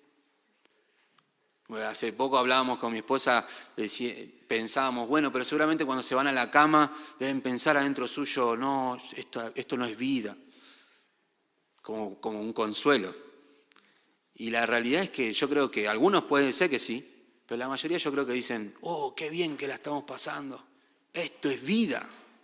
Bueno, hace poco hablábamos con mi esposa, pensábamos, bueno, pero seguramente cuando se van a la cama deben pensar adentro suyo, no, esto no es vida, como un consuelo. Y la realidad es que yo creo que algunos pueden ser que sí, pero la mayoría yo creo que dicen, oh, qué bien que la estamos pasando, esto es vida.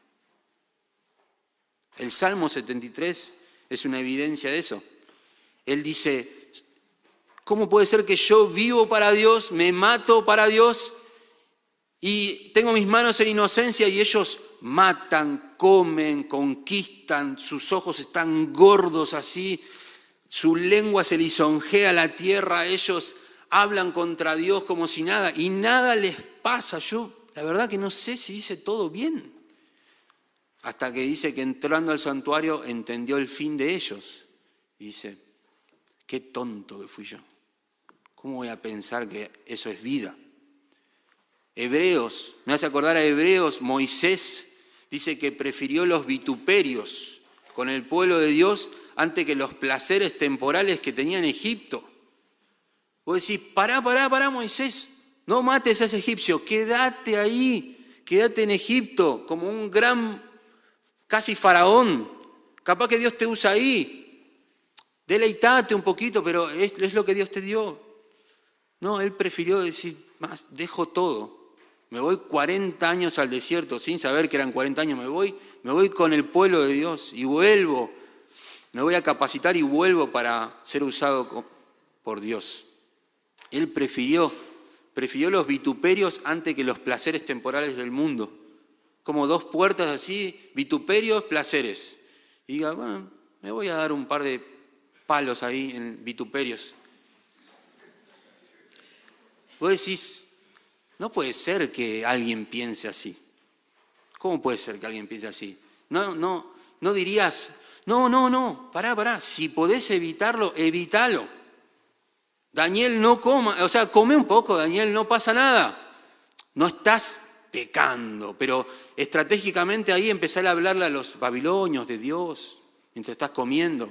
El Salmo 73 es una evidencia de eso. Él dice, ¿cómo puede ser que yo vivo para Dios, me mato para Dios y tengo mis manos en inocencia y ellos matan, comen, conquistan, sus ojos están gordos así, su lengua se lisonjea la tierra, ellos hablan contra Dios como si nada y nada les pasa? Yo la verdad que no sé si hice todo bien. Hasta que dice que entrando al santuario entendió el fin de ellos. Y dice, qué tonto que fui yo. ¿Cómo voy a pensar que eso es vida? Hebreos, me hace acordar a Hebreos, Moisés dice que prefirió los vituperios con el pueblo de Dios antes que los placeres temporales que tenía en Egipto. Vos decís, pará, Moisés, no mates a ese egipcio, quédate ahí, quédate en Egipto como un gran, casi faraón. Capaz que Dios te usa ahí, deleitate un poquito, pero es lo que Dios te dio. No, él prefirió decir, más, dejo todo, me voy 40 años al desierto sin saber que eran 40 años, me voy con el pueblo de Dios y vuelvo, me voy a capacitar y vuelvo para ser usado por Dios. Él prefirió los vituperios antes que los placeres temporales del mundo. Como dos puertas así, vituperios, placeres. Y diga, bueno, me voy a dar un par de palos ahí en vituperios. Vos decís, no puede ser que alguien piense así. ¿Cómo puede ser que alguien piense así? No dirías, no, pará, si podés evitarlo, evítalo. Daniel, no coma, o sea, come un poco, Daniel, no pasa nada. No estás pecando, pero estratégicamente ahí empezar a hablarle a los babilonios de Dios mientras estás comiendo.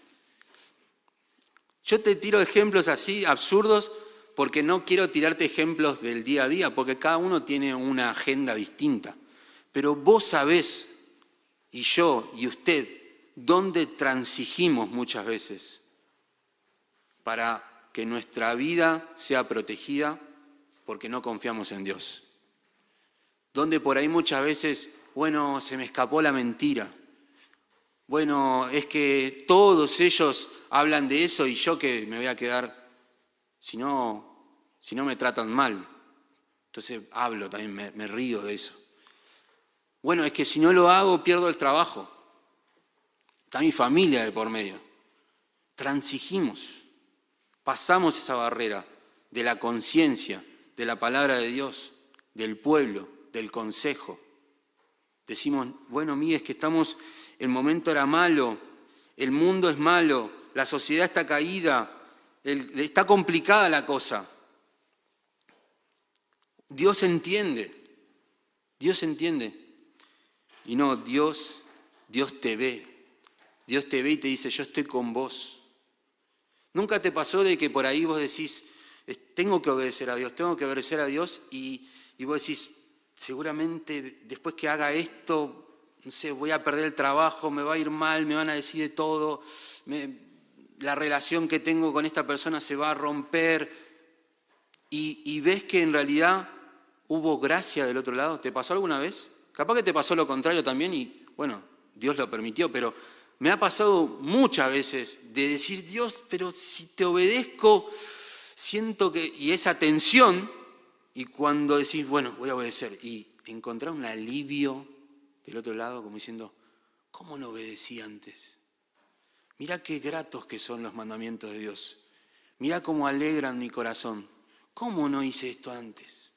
Yo te tiro ejemplos así absurdos porque no quiero tirarte ejemplos del día a día, porque cada uno tiene una agenda distinta. Pero vos sabés, y yo y usted, dónde transigimos muchas veces para que nuestra vida sea protegida porque no confiamos en Dios. Donde por ahí muchas veces, bueno, se me escapó la mentira. Bueno, es que todos ellos hablan de eso y yo que me voy a quedar, si no me tratan mal. Entonces hablo también, me río de eso. Bueno, es que si no lo hago pierdo el trabajo. Está mi familia de por medio. Transigimos, pasamos esa barrera de la conciencia, de la palabra de Dios, del pueblo, del consejo. Decimos, bueno, mire, es que el momento era malo, el mundo es malo, la sociedad está caída, está complicada la cosa. Dios entiende. Y no, Dios te ve. Dios te ve y te dice, yo estoy con vos. ¿Nunca te pasó de que por ahí vos decís, tengo que obedecer a Dios, y vos decís, seguramente después que haga esto, no sé, voy a perder el trabajo, me va a ir mal, me van a decir de todo, la relación que tengo con esta persona se va a romper, y ves que en realidad hubo gracia del otro lado? ¿Te pasó alguna vez? Capaz que te pasó lo contrario también y, bueno, Dios lo permitió, pero me ha pasado muchas veces de decir, Dios, pero si te obedezco, siento que... Y esa tensión, y cuando decís, bueno, voy a obedecer, y encontrar un alivio del otro lado, como diciendo, ¿cómo no obedecí antes? Mirá qué gratos que son los mandamientos de Dios. Mirá cómo alegran mi corazón. ¿Cómo no hice esto antes?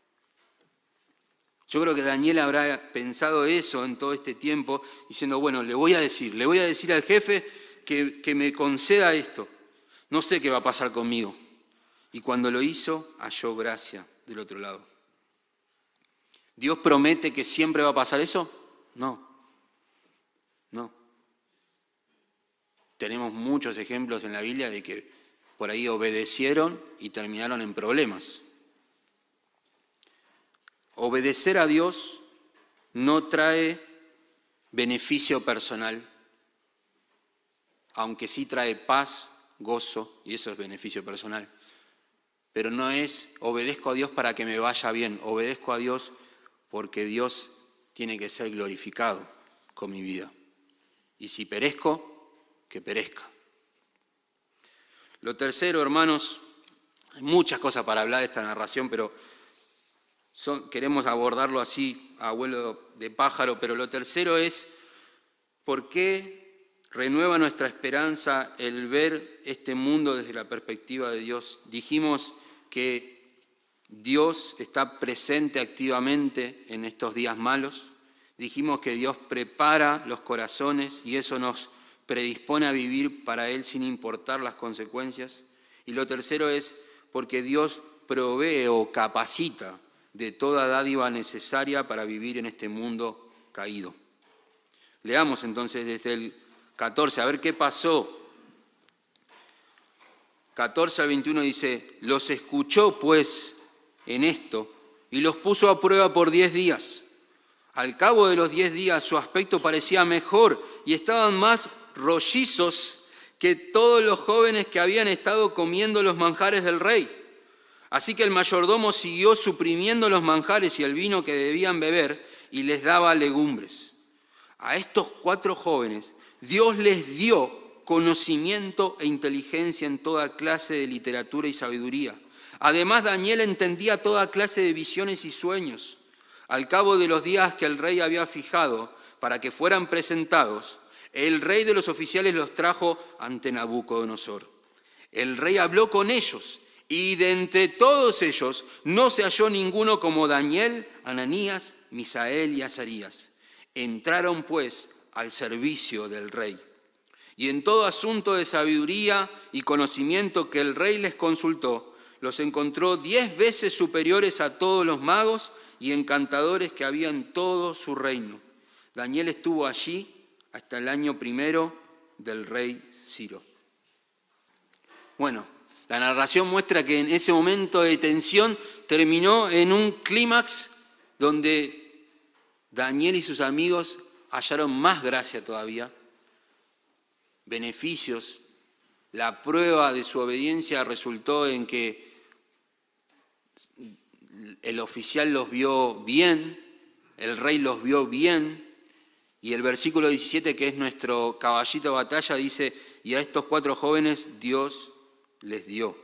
Yo creo que Daniel habrá pensado eso en todo este tiempo, diciendo, bueno, le voy a decir al jefe que me conceda esto. No sé qué va a pasar conmigo. Y cuando lo hizo, halló gracia del otro lado. ¿Dios promete que siempre va a pasar eso? No. Tenemos muchos ejemplos en la Biblia de que por ahí obedecieron y terminaron en problemas. Obedecer a Dios no trae beneficio personal, aunque sí trae paz, gozo, y eso es beneficio personal. Pero no es obedezco a Dios para que me vaya bien, obedezco a Dios porque Dios tiene que ser glorificado con mi vida. Y si perezco, que perezca. Lo tercero, hermanos, hay muchas cosas para hablar de esta narración, pero queremos abordarlo así, a vuelo de pájaro, pero lo tercero es ¿por qué renueva nuestra esperanza el ver este mundo desde la perspectiva de Dios? Dijimos que Dios está presente activamente en estos días malos, dijimos que Dios prepara los corazones y eso nos predispone a vivir para Él sin importar las consecuencias. Y lo tercero es porque Dios provee o capacita de toda dádiva necesaria para vivir en este mundo caído. Leamos entonces desde el 14, a ver qué pasó. 14 al 21 dice, los escuchó pues en esto y los puso a prueba por 10 días. Al cabo de los 10 días su aspecto parecía mejor y estaban más rollizos que todos los jóvenes que habían estado comiendo los manjares del rey. Así que el mayordomo siguió suprimiendo los manjares y el vino que debían beber y les daba legumbres. A estos 4 jóvenes Dios les dio conocimiento e inteligencia en toda clase de literatura y sabiduría. Además, Daniel entendía toda clase de visiones y sueños. Al cabo de los días que el rey había fijado para que fueran presentados, el rey de los oficiales los trajo ante Nabucodonosor. El rey habló con ellos y de entre todos ellos no se halló ninguno como Daniel, Ananías, Misael y Azarías. Entraron pues al servicio del rey. Y en todo asunto de sabiduría y conocimiento que el rey les consultó, los encontró 10 veces superiores a todos los magos y encantadores que había en todo su reino. Daniel estuvo allí hasta el año 1 del rey Ciro. Bueno, la narración muestra que en ese momento de tensión terminó en un clímax donde Daniel y sus amigos hallaron más gracia todavía, beneficios. La prueba de su obediencia resultó en que el oficial los vio bien, el rey los vio bien, y el versículo 17, que es nuestro caballito de batalla, dice: y a estos 4 jóvenes Dios les dio.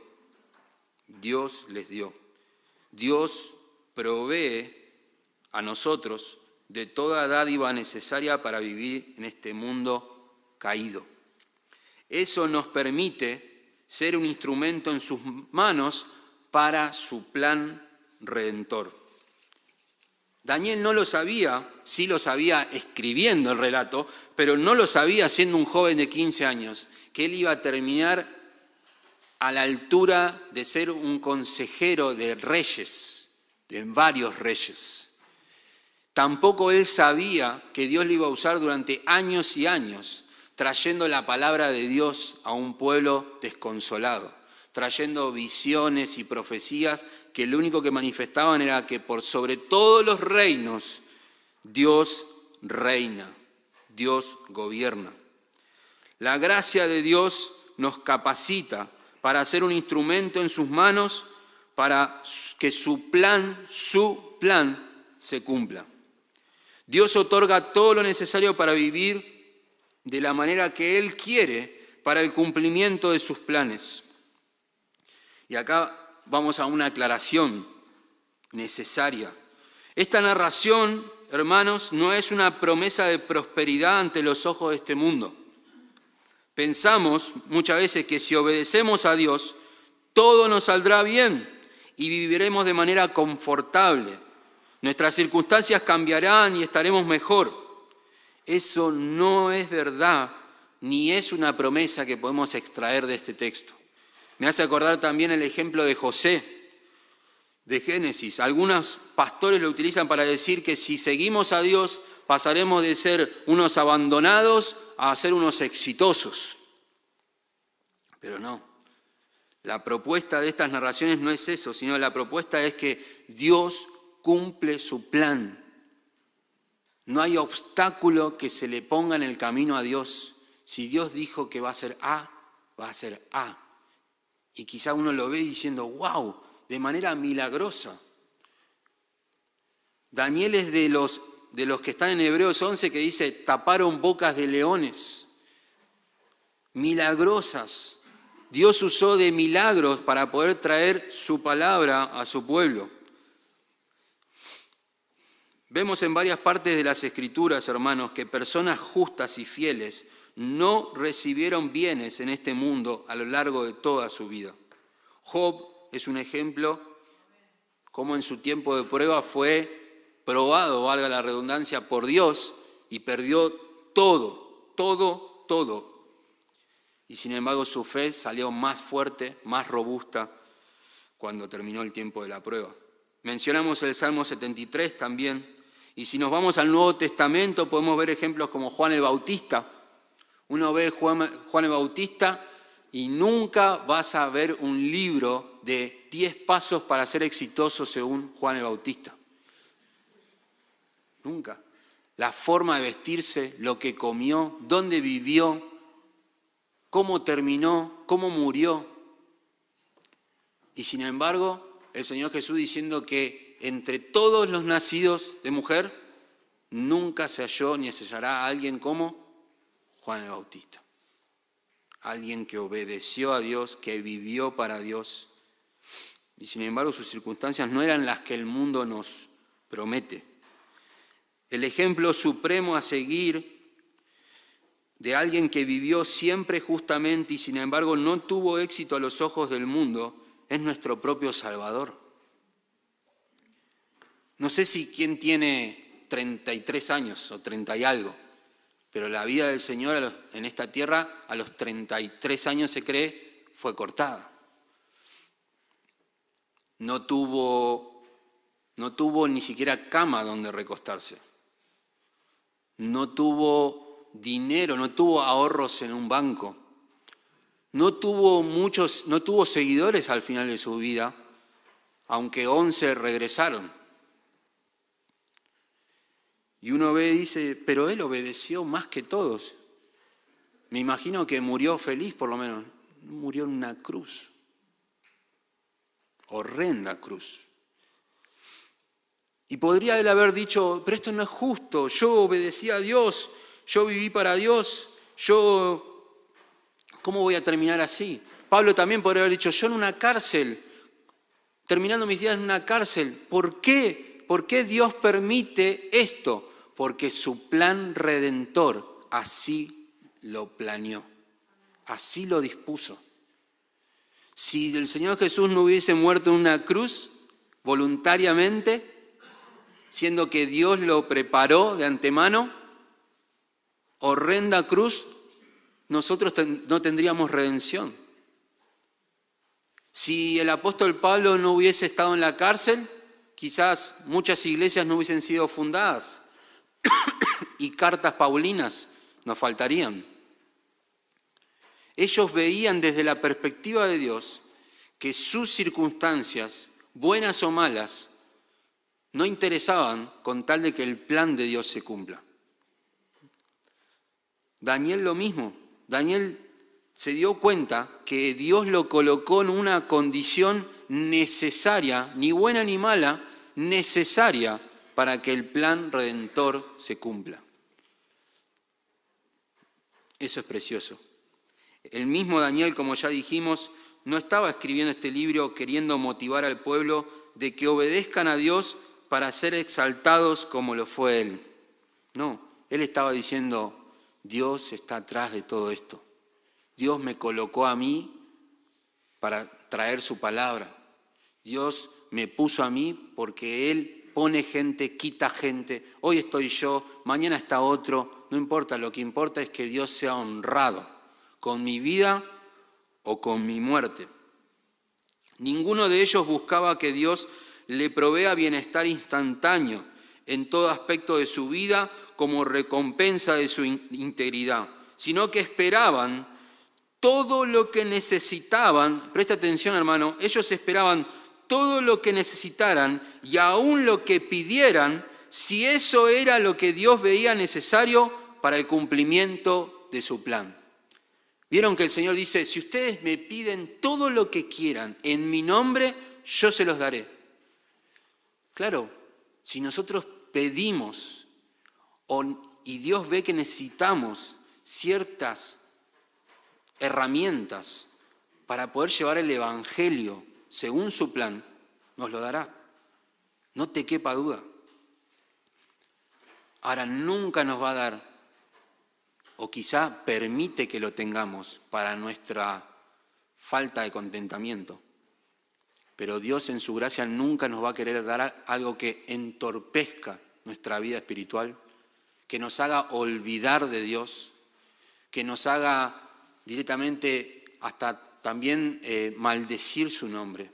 Dios les dio. Dios provee a nosotros de toda dádiva necesaria para vivir en este mundo caído. Eso nos permite ser un instrumento en sus manos para su plan redentor. Daniel no lo sabía, sí lo sabía escribiendo el relato, pero no lo sabía siendo un joven de 15 años, que él iba a terminar a la altura de ser un consejero de reyes, de varios reyes. Tampoco él sabía que Dios lo iba a usar durante años y años, trayendo la palabra de Dios a un pueblo desconsolado, trayendo visiones y profecías que lo único que manifestaban era que por sobre todos los reinos Dios reina, Dios gobierna. La gracia de Dios nos capacita para ser un instrumento en sus manos para que su plan se cumpla. Dios otorga todo lo necesario para vivir de la manera que Él quiere para el cumplimiento de sus planes. Y acá vamos a una aclaración necesaria. Esta narración, hermanos, no es una promesa de prosperidad ante los ojos de este mundo. Pensamos muchas veces que si obedecemos a Dios, todo nos saldrá bien y viviremos de manera confortable. Nuestras circunstancias cambiarán y estaremos mejor. Eso no es verdad, ni es una promesa que podemos extraer de este texto. Me hace acordar también el ejemplo de José, de Génesis. Algunos pastores lo utilizan para decir que si seguimos a Dios, pasaremos de ser unos abandonados a ser unos exitosos. Pero no. La propuesta de estas narraciones no es eso, sino la propuesta es que Dios cumple su plan. No hay obstáculo que se le ponga en el camino a Dios. Si Dios dijo que va a ser A, va a ser A. Y quizá uno lo ve diciendo, wow, de manera milagrosa. Daniel es de los que están en Hebreos 11 que dice, taparon bocas de leones. Milagrosas. Dios usó de milagros para poder traer su palabra a su pueblo. Vemos en varias partes de las Escrituras, hermanos, que personas justas y fieles no recibieron bienes en este mundo a lo largo de toda su vida. Job es un ejemplo, como en su tiempo de prueba fue probado, valga la redundancia, por Dios y perdió todo. Y sin embargo su fe salió más fuerte, más robusta cuando terminó el tiempo de la prueba. Mencionamos el Salmo 73 también. Y si nos vamos al Nuevo Testamento podemos ver ejemplos como Juan el Bautista. Uno ve Juan el Bautista y nunca vas a ver un libro de 10 pasos para ser exitoso según Juan el Bautista. Nunca. La forma de vestirse, lo que comió, dónde vivió, cómo terminó, cómo murió. Y sin embargo, el Señor Jesús diciendo que entre todos los nacidos de mujer, nunca se halló ni se hallará a alguien como Juan el Bautista. Alguien que obedeció a Dios, que vivió para Dios. Y sin embargo sus circunstancias no eran las que el mundo nos promete. El ejemplo supremo a seguir de alguien que vivió siempre justamente y sin embargo no tuvo éxito a los ojos del mundo es nuestro propio Salvador. No sé si quién tiene 33 años o 30 y algo. Pero la vida del Señor en esta tierra, a los 33 años se cree, fue cortada. No tuvo ni siquiera cama donde recostarse. No tuvo dinero, no tuvo ahorros en un banco. No tuvo seguidores al final de su vida, aunque 11 regresaron. Y uno ve y dice, pero él obedeció más que todos. Me imagino que murió feliz, por lo menos. Murió en una cruz. Horrenda cruz. Y podría él haber dicho, pero esto no es justo, yo obedecí a Dios, yo viví para Dios, ¿cómo voy a terminar así? Pablo también podría haber dicho, yo en una cárcel, terminando mis días en una cárcel, ¿por qué? ¿Por qué Dios permite esto? Porque su plan redentor así lo planeó, así lo dispuso. Si el Señor Jesús no hubiese muerto en una cruz voluntariamente, siendo que Dios lo preparó de antemano, horrenda cruz, nosotros no tendríamos redención. Si el apóstol Pablo no hubiese estado en la cárcel, quizás muchas iglesias no hubiesen sido fundadas y cartas paulinas nos faltarían. Ellos veían desde la perspectiva de Dios que sus circunstancias, buenas o malas, no interesaban con tal de que el plan de Dios se cumpla. Daniel lo mismo. Daniel se dio cuenta que Dios lo colocó en una condición necesaria, ni buena ni mala, necesaria para que el plan redentor se cumpla. Eso es precioso. El mismo Daniel, como ya dijimos, no estaba escribiendo este libro queriendo motivar al pueblo de que obedezcan a Dios para ser exaltados como lo fue él. No, él estaba diciendo, Dios está atrás de todo esto. Dios me colocó a mí para traer su palabra. Dios me puso a mí porque Él pone gente, quita gente. Hoy estoy yo, mañana está otro. No importa, lo que importa es que Dios sea honrado con mi vida o con mi muerte. Ninguno de ellos buscaba que Dios le provea bienestar instantáneo en todo aspecto de su vida como recompensa de su integridad, sino que esperaban todo lo que necesitaban. Presta atención, hermano, ellos esperaban todo lo que necesitaran y aún lo que pidieran, si eso era lo que Dios veía necesario para el cumplimiento de su plan. Vieron que el Señor dice, si ustedes me piden todo lo que quieran en mi nombre, yo se los daré. Claro, si nosotros pedimos y Dios ve que necesitamos ciertas herramientas para poder llevar el Evangelio según su plan, nos lo dará. No te quepa duda. Ahora, nunca nos va a dar, o quizá permite que lo tengamos para nuestra falta de contentamiento. Pero Dios en su gracia nunca nos va a querer dar algo que entorpezca nuestra vida espiritual, que nos haga olvidar de Dios, que nos haga directamente hasta también maldecir su nombre.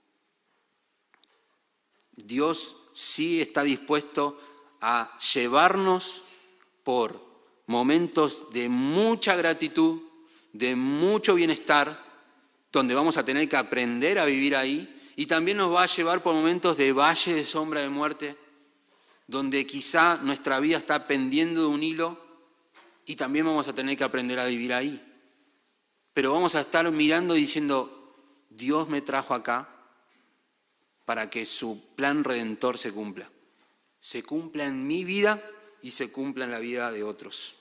Dios sí está dispuesto a llevarnos por momentos de mucha gratitud, de mucho bienestar, donde vamos a tener que aprender a vivir ahí, y también nos va a llevar por momentos de valle de sombra de muerte, donde quizá nuestra vida está pendiendo de un hilo, y también vamos a tener que aprender a vivir ahí. Pero vamos a estar mirando y diciendo, Dios me trajo acá para que su plan redentor se cumpla. Se cumpla en mi vida y se cumpla en la vida de otros.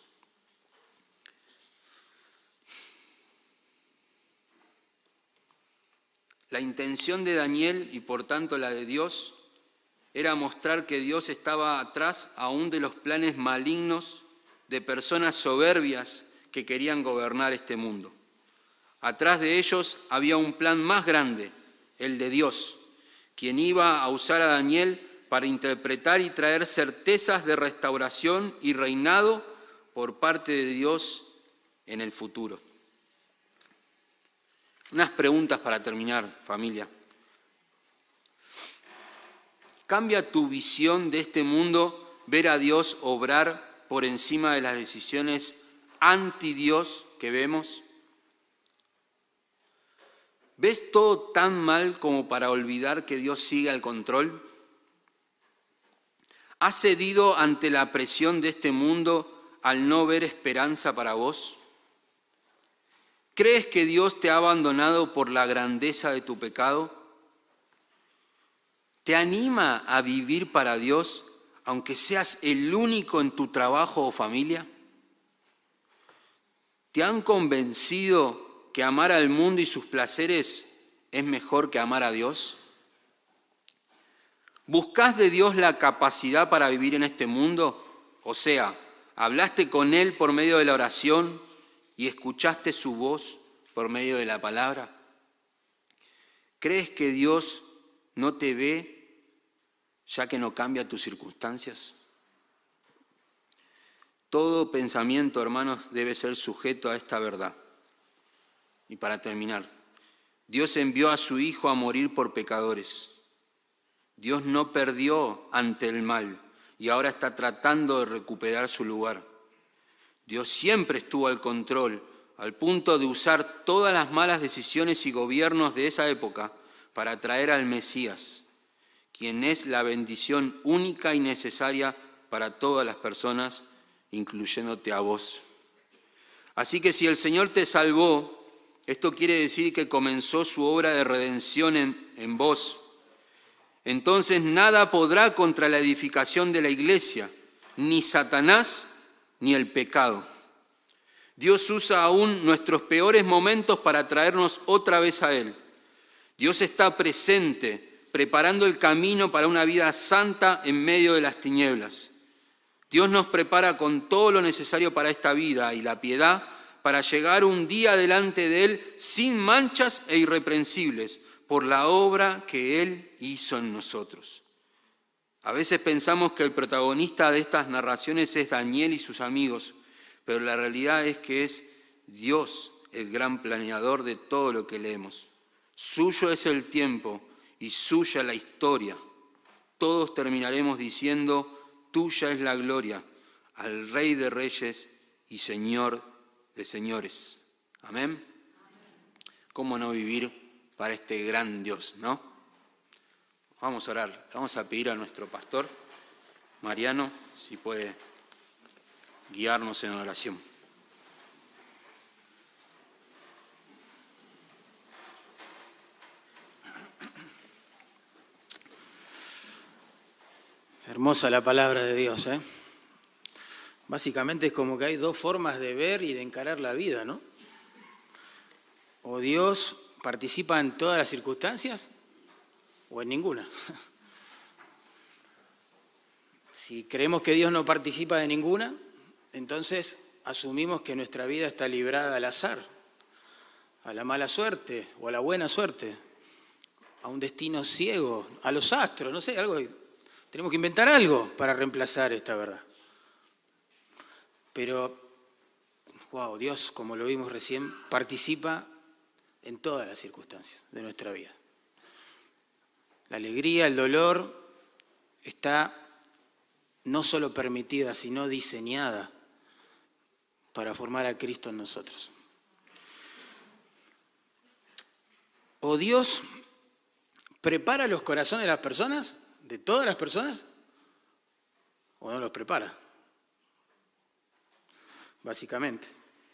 La intención de Daniel, y por tanto la de Dios, era mostrar que Dios estaba atrás aún de los planes malignos de personas soberbias que querían gobernar este mundo. Atrás de ellos había un plan más grande, el de Dios, quien iba a usar a Daniel para interpretar y traer certezas de restauración y reinado por parte de Dios en el futuro. Unas preguntas para terminar, familia. ¿Cambia tu visión de este mundo ver a Dios obrar por encima de las decisiones anti-Dios que vemos? ¿Ves todo tan mal como para olvidar que Dios sigue al control? ¿Has cedido ante la presión de este mundo al no ver esperanza para vos? ¿Crees que Dios te ha abandonado por la grandeza de tu pecado? ¿Te anima a vivir para Dios aunque seas el único en tu trabajo o familia? ¿Te han convencido que amar al mundo y sus placeres es mejor que amar a Dios? ¿Buscás de Dios la capacidad para vivir en este mundo? O sea, ¿hablaste con Él por medio de la oración y escuchaste su voz por medio de la palabra? ¿Crees que Dios no te ve ya que no cambia tus circunstancias? Todo pensamiento, hermanos, debe ser sujeto a esta verdad. Y para terminar, Dios envió a su Hijo a morir por pecadores. Dios no perdió ante el mal y ahora está tratando de recuperar su lugar. Dios siempre estuvo al control, al punto de usar todas las malas decisiones y gobiernos de esa época para traer al Mesías, quien es la bendición única y necesaria para todas las personas, incluyéndote a vos. Así que si el Señor te salvó, esto quiere decir que comenzó su obra de redención en vos. Entonces nada podrá contra la edificación de la iglesia, ni Satanás ni el pecado. Dios usa aún nuestros peores momentos para traernos otra vez a Él. Dios está presente, preparando el camino para una vida santa en medio de las tinieblas. Dios nos prepara con todo lo necesario para esta vida y la piedad para llegar un día delante de Él sin manchas e irreprensibles por la obra que Él hizo en nosotros. A veces pensamos que el protagonista de estas narraciones es Daniel y sus amigos, pero la realidad es que es Dios el gran planeador de todo lo que leemos. Suyo es el tiempo y suya la historia. Todos terminaremos diciendo: tuya es la gloria, al Rey de Reyes y Señor de Señores. Amén. ¿Cómo no vivir para este gran Dios, no? Vamos a orar, vamos a pedir a nuestro pastor, Mariano, si puede guiarnos en oración. Hermosa la palabra de Dios, ¿eh? Básicamente es como que hay dos formas de ver y de encarar la vida, ¿no? O Dios participa en todas las circunstancias o en ninguna. Si creemos que Dios no participa de ninguna, entonces asumimos que nuestra vida está librada al azar, a la mala suerte o a la buena suerte, a un destino ciego, a los astros, no sé, algo. Tenemos que inventar algo para reemplazar esta verdad. Pero, wow, Dios, como lo vimos recién, participa en todas las circunstancias de nuestra vida. La alegría, el dolor, está no solo permitida, sino diseñada para formar a Cristo en nosotros. O Dios prepara los corazones de las personas, de todas las personas, o no los prepara, básicamente.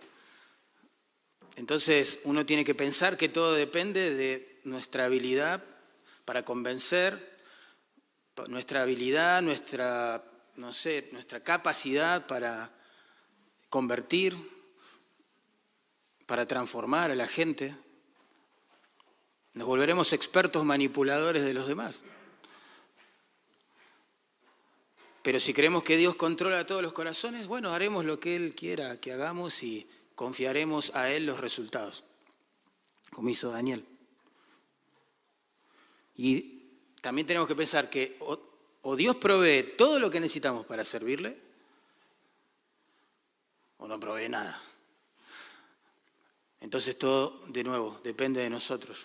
Entonces uno tiene que pensar que todo depende de nuestra habilidad para convencer, nuestra habilidad, nuestra capacidad para convertir, para transformar a la gente. Nos volveremos expertos manipuladores de los demás. Pero si creemos que Dios controla todos los corazones, bueno, haremos lo que Él quiera que hagamos y confiaremos a Él los resultados, como hizo Daniel. Y también tenemos que pensar que o Dios provee todo lo que necesitamos para servirle, o no provee nada. Entonces todo, de nuevo, depende de nosotros.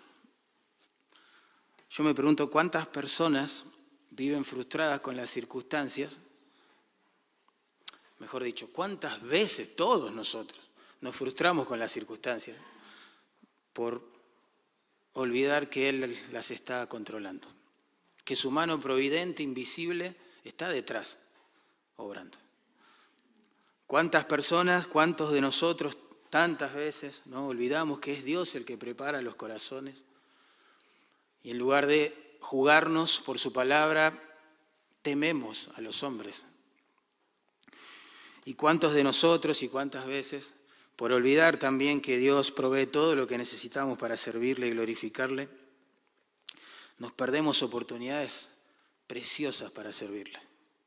Yo me pregunto cuántas personas viven frustradas con las circunstancias. Mejor dicho, cuántas veces todos nosotros nos frustramos con las circunstancias por olvidar que Él las está controlando, que su mano providente, invisible, está detrás, obrando. ¿Cuántas personas, cuántos de nosotros, tantas veces, no olvidamos que es Dios el que prepara los corazones? Y en lugar de jugarnos por su palabra, tememos a los hombres. ¿Y cuántos de nosotros y cuántas veces, por olvidar también que Dios provee todo lo que necesitamos para servirle y glorificarle, nos perdemos oportunidades preciosas para servirle?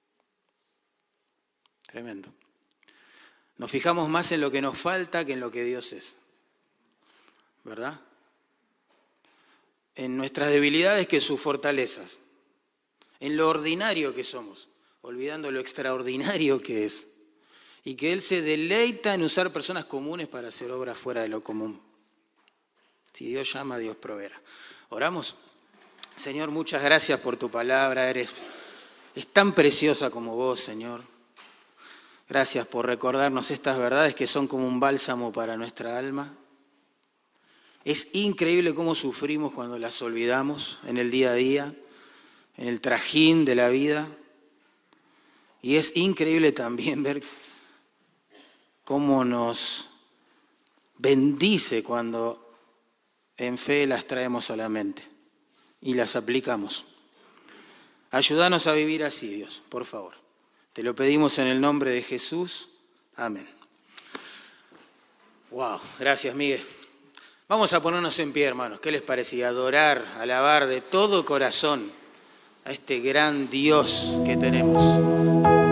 Tremendo. Nos fijamos más en lo que nos falta que en lo que Dios es, ¿verdad? En nuestras debilidades que en sus fortalezas, en lo ordinario que somos, olvidando lo extraordinario que es, y que Él se deleita en usar personas comunes para hacer obras fuera de lo común. Si Dios llama, Dios proveerá. Oramos. Señor, muchas gracias por tu palabra, es tan preciosa como vos, Señor. Gracias por recordarnos estas verdades que son como un bálsamo para nuestra alma. Es increíble cómo sufrimos cuando las olvidamos en el día a día, en el trajín de la vida. Y es increíble también ver cómo nos bendice cuando en fe las traemos a la mente y las aplicamos. Ayúdanos a vivir así, Dios, por favor. Te lo pedimos en el nombre de Jesús. Amén. Wow, gracias, Miguel. Vamos a ponernos en pie, hermanos. ¿Qué les parecía? Adorar, alabar de todo corazón a este gran Dios que tenemos.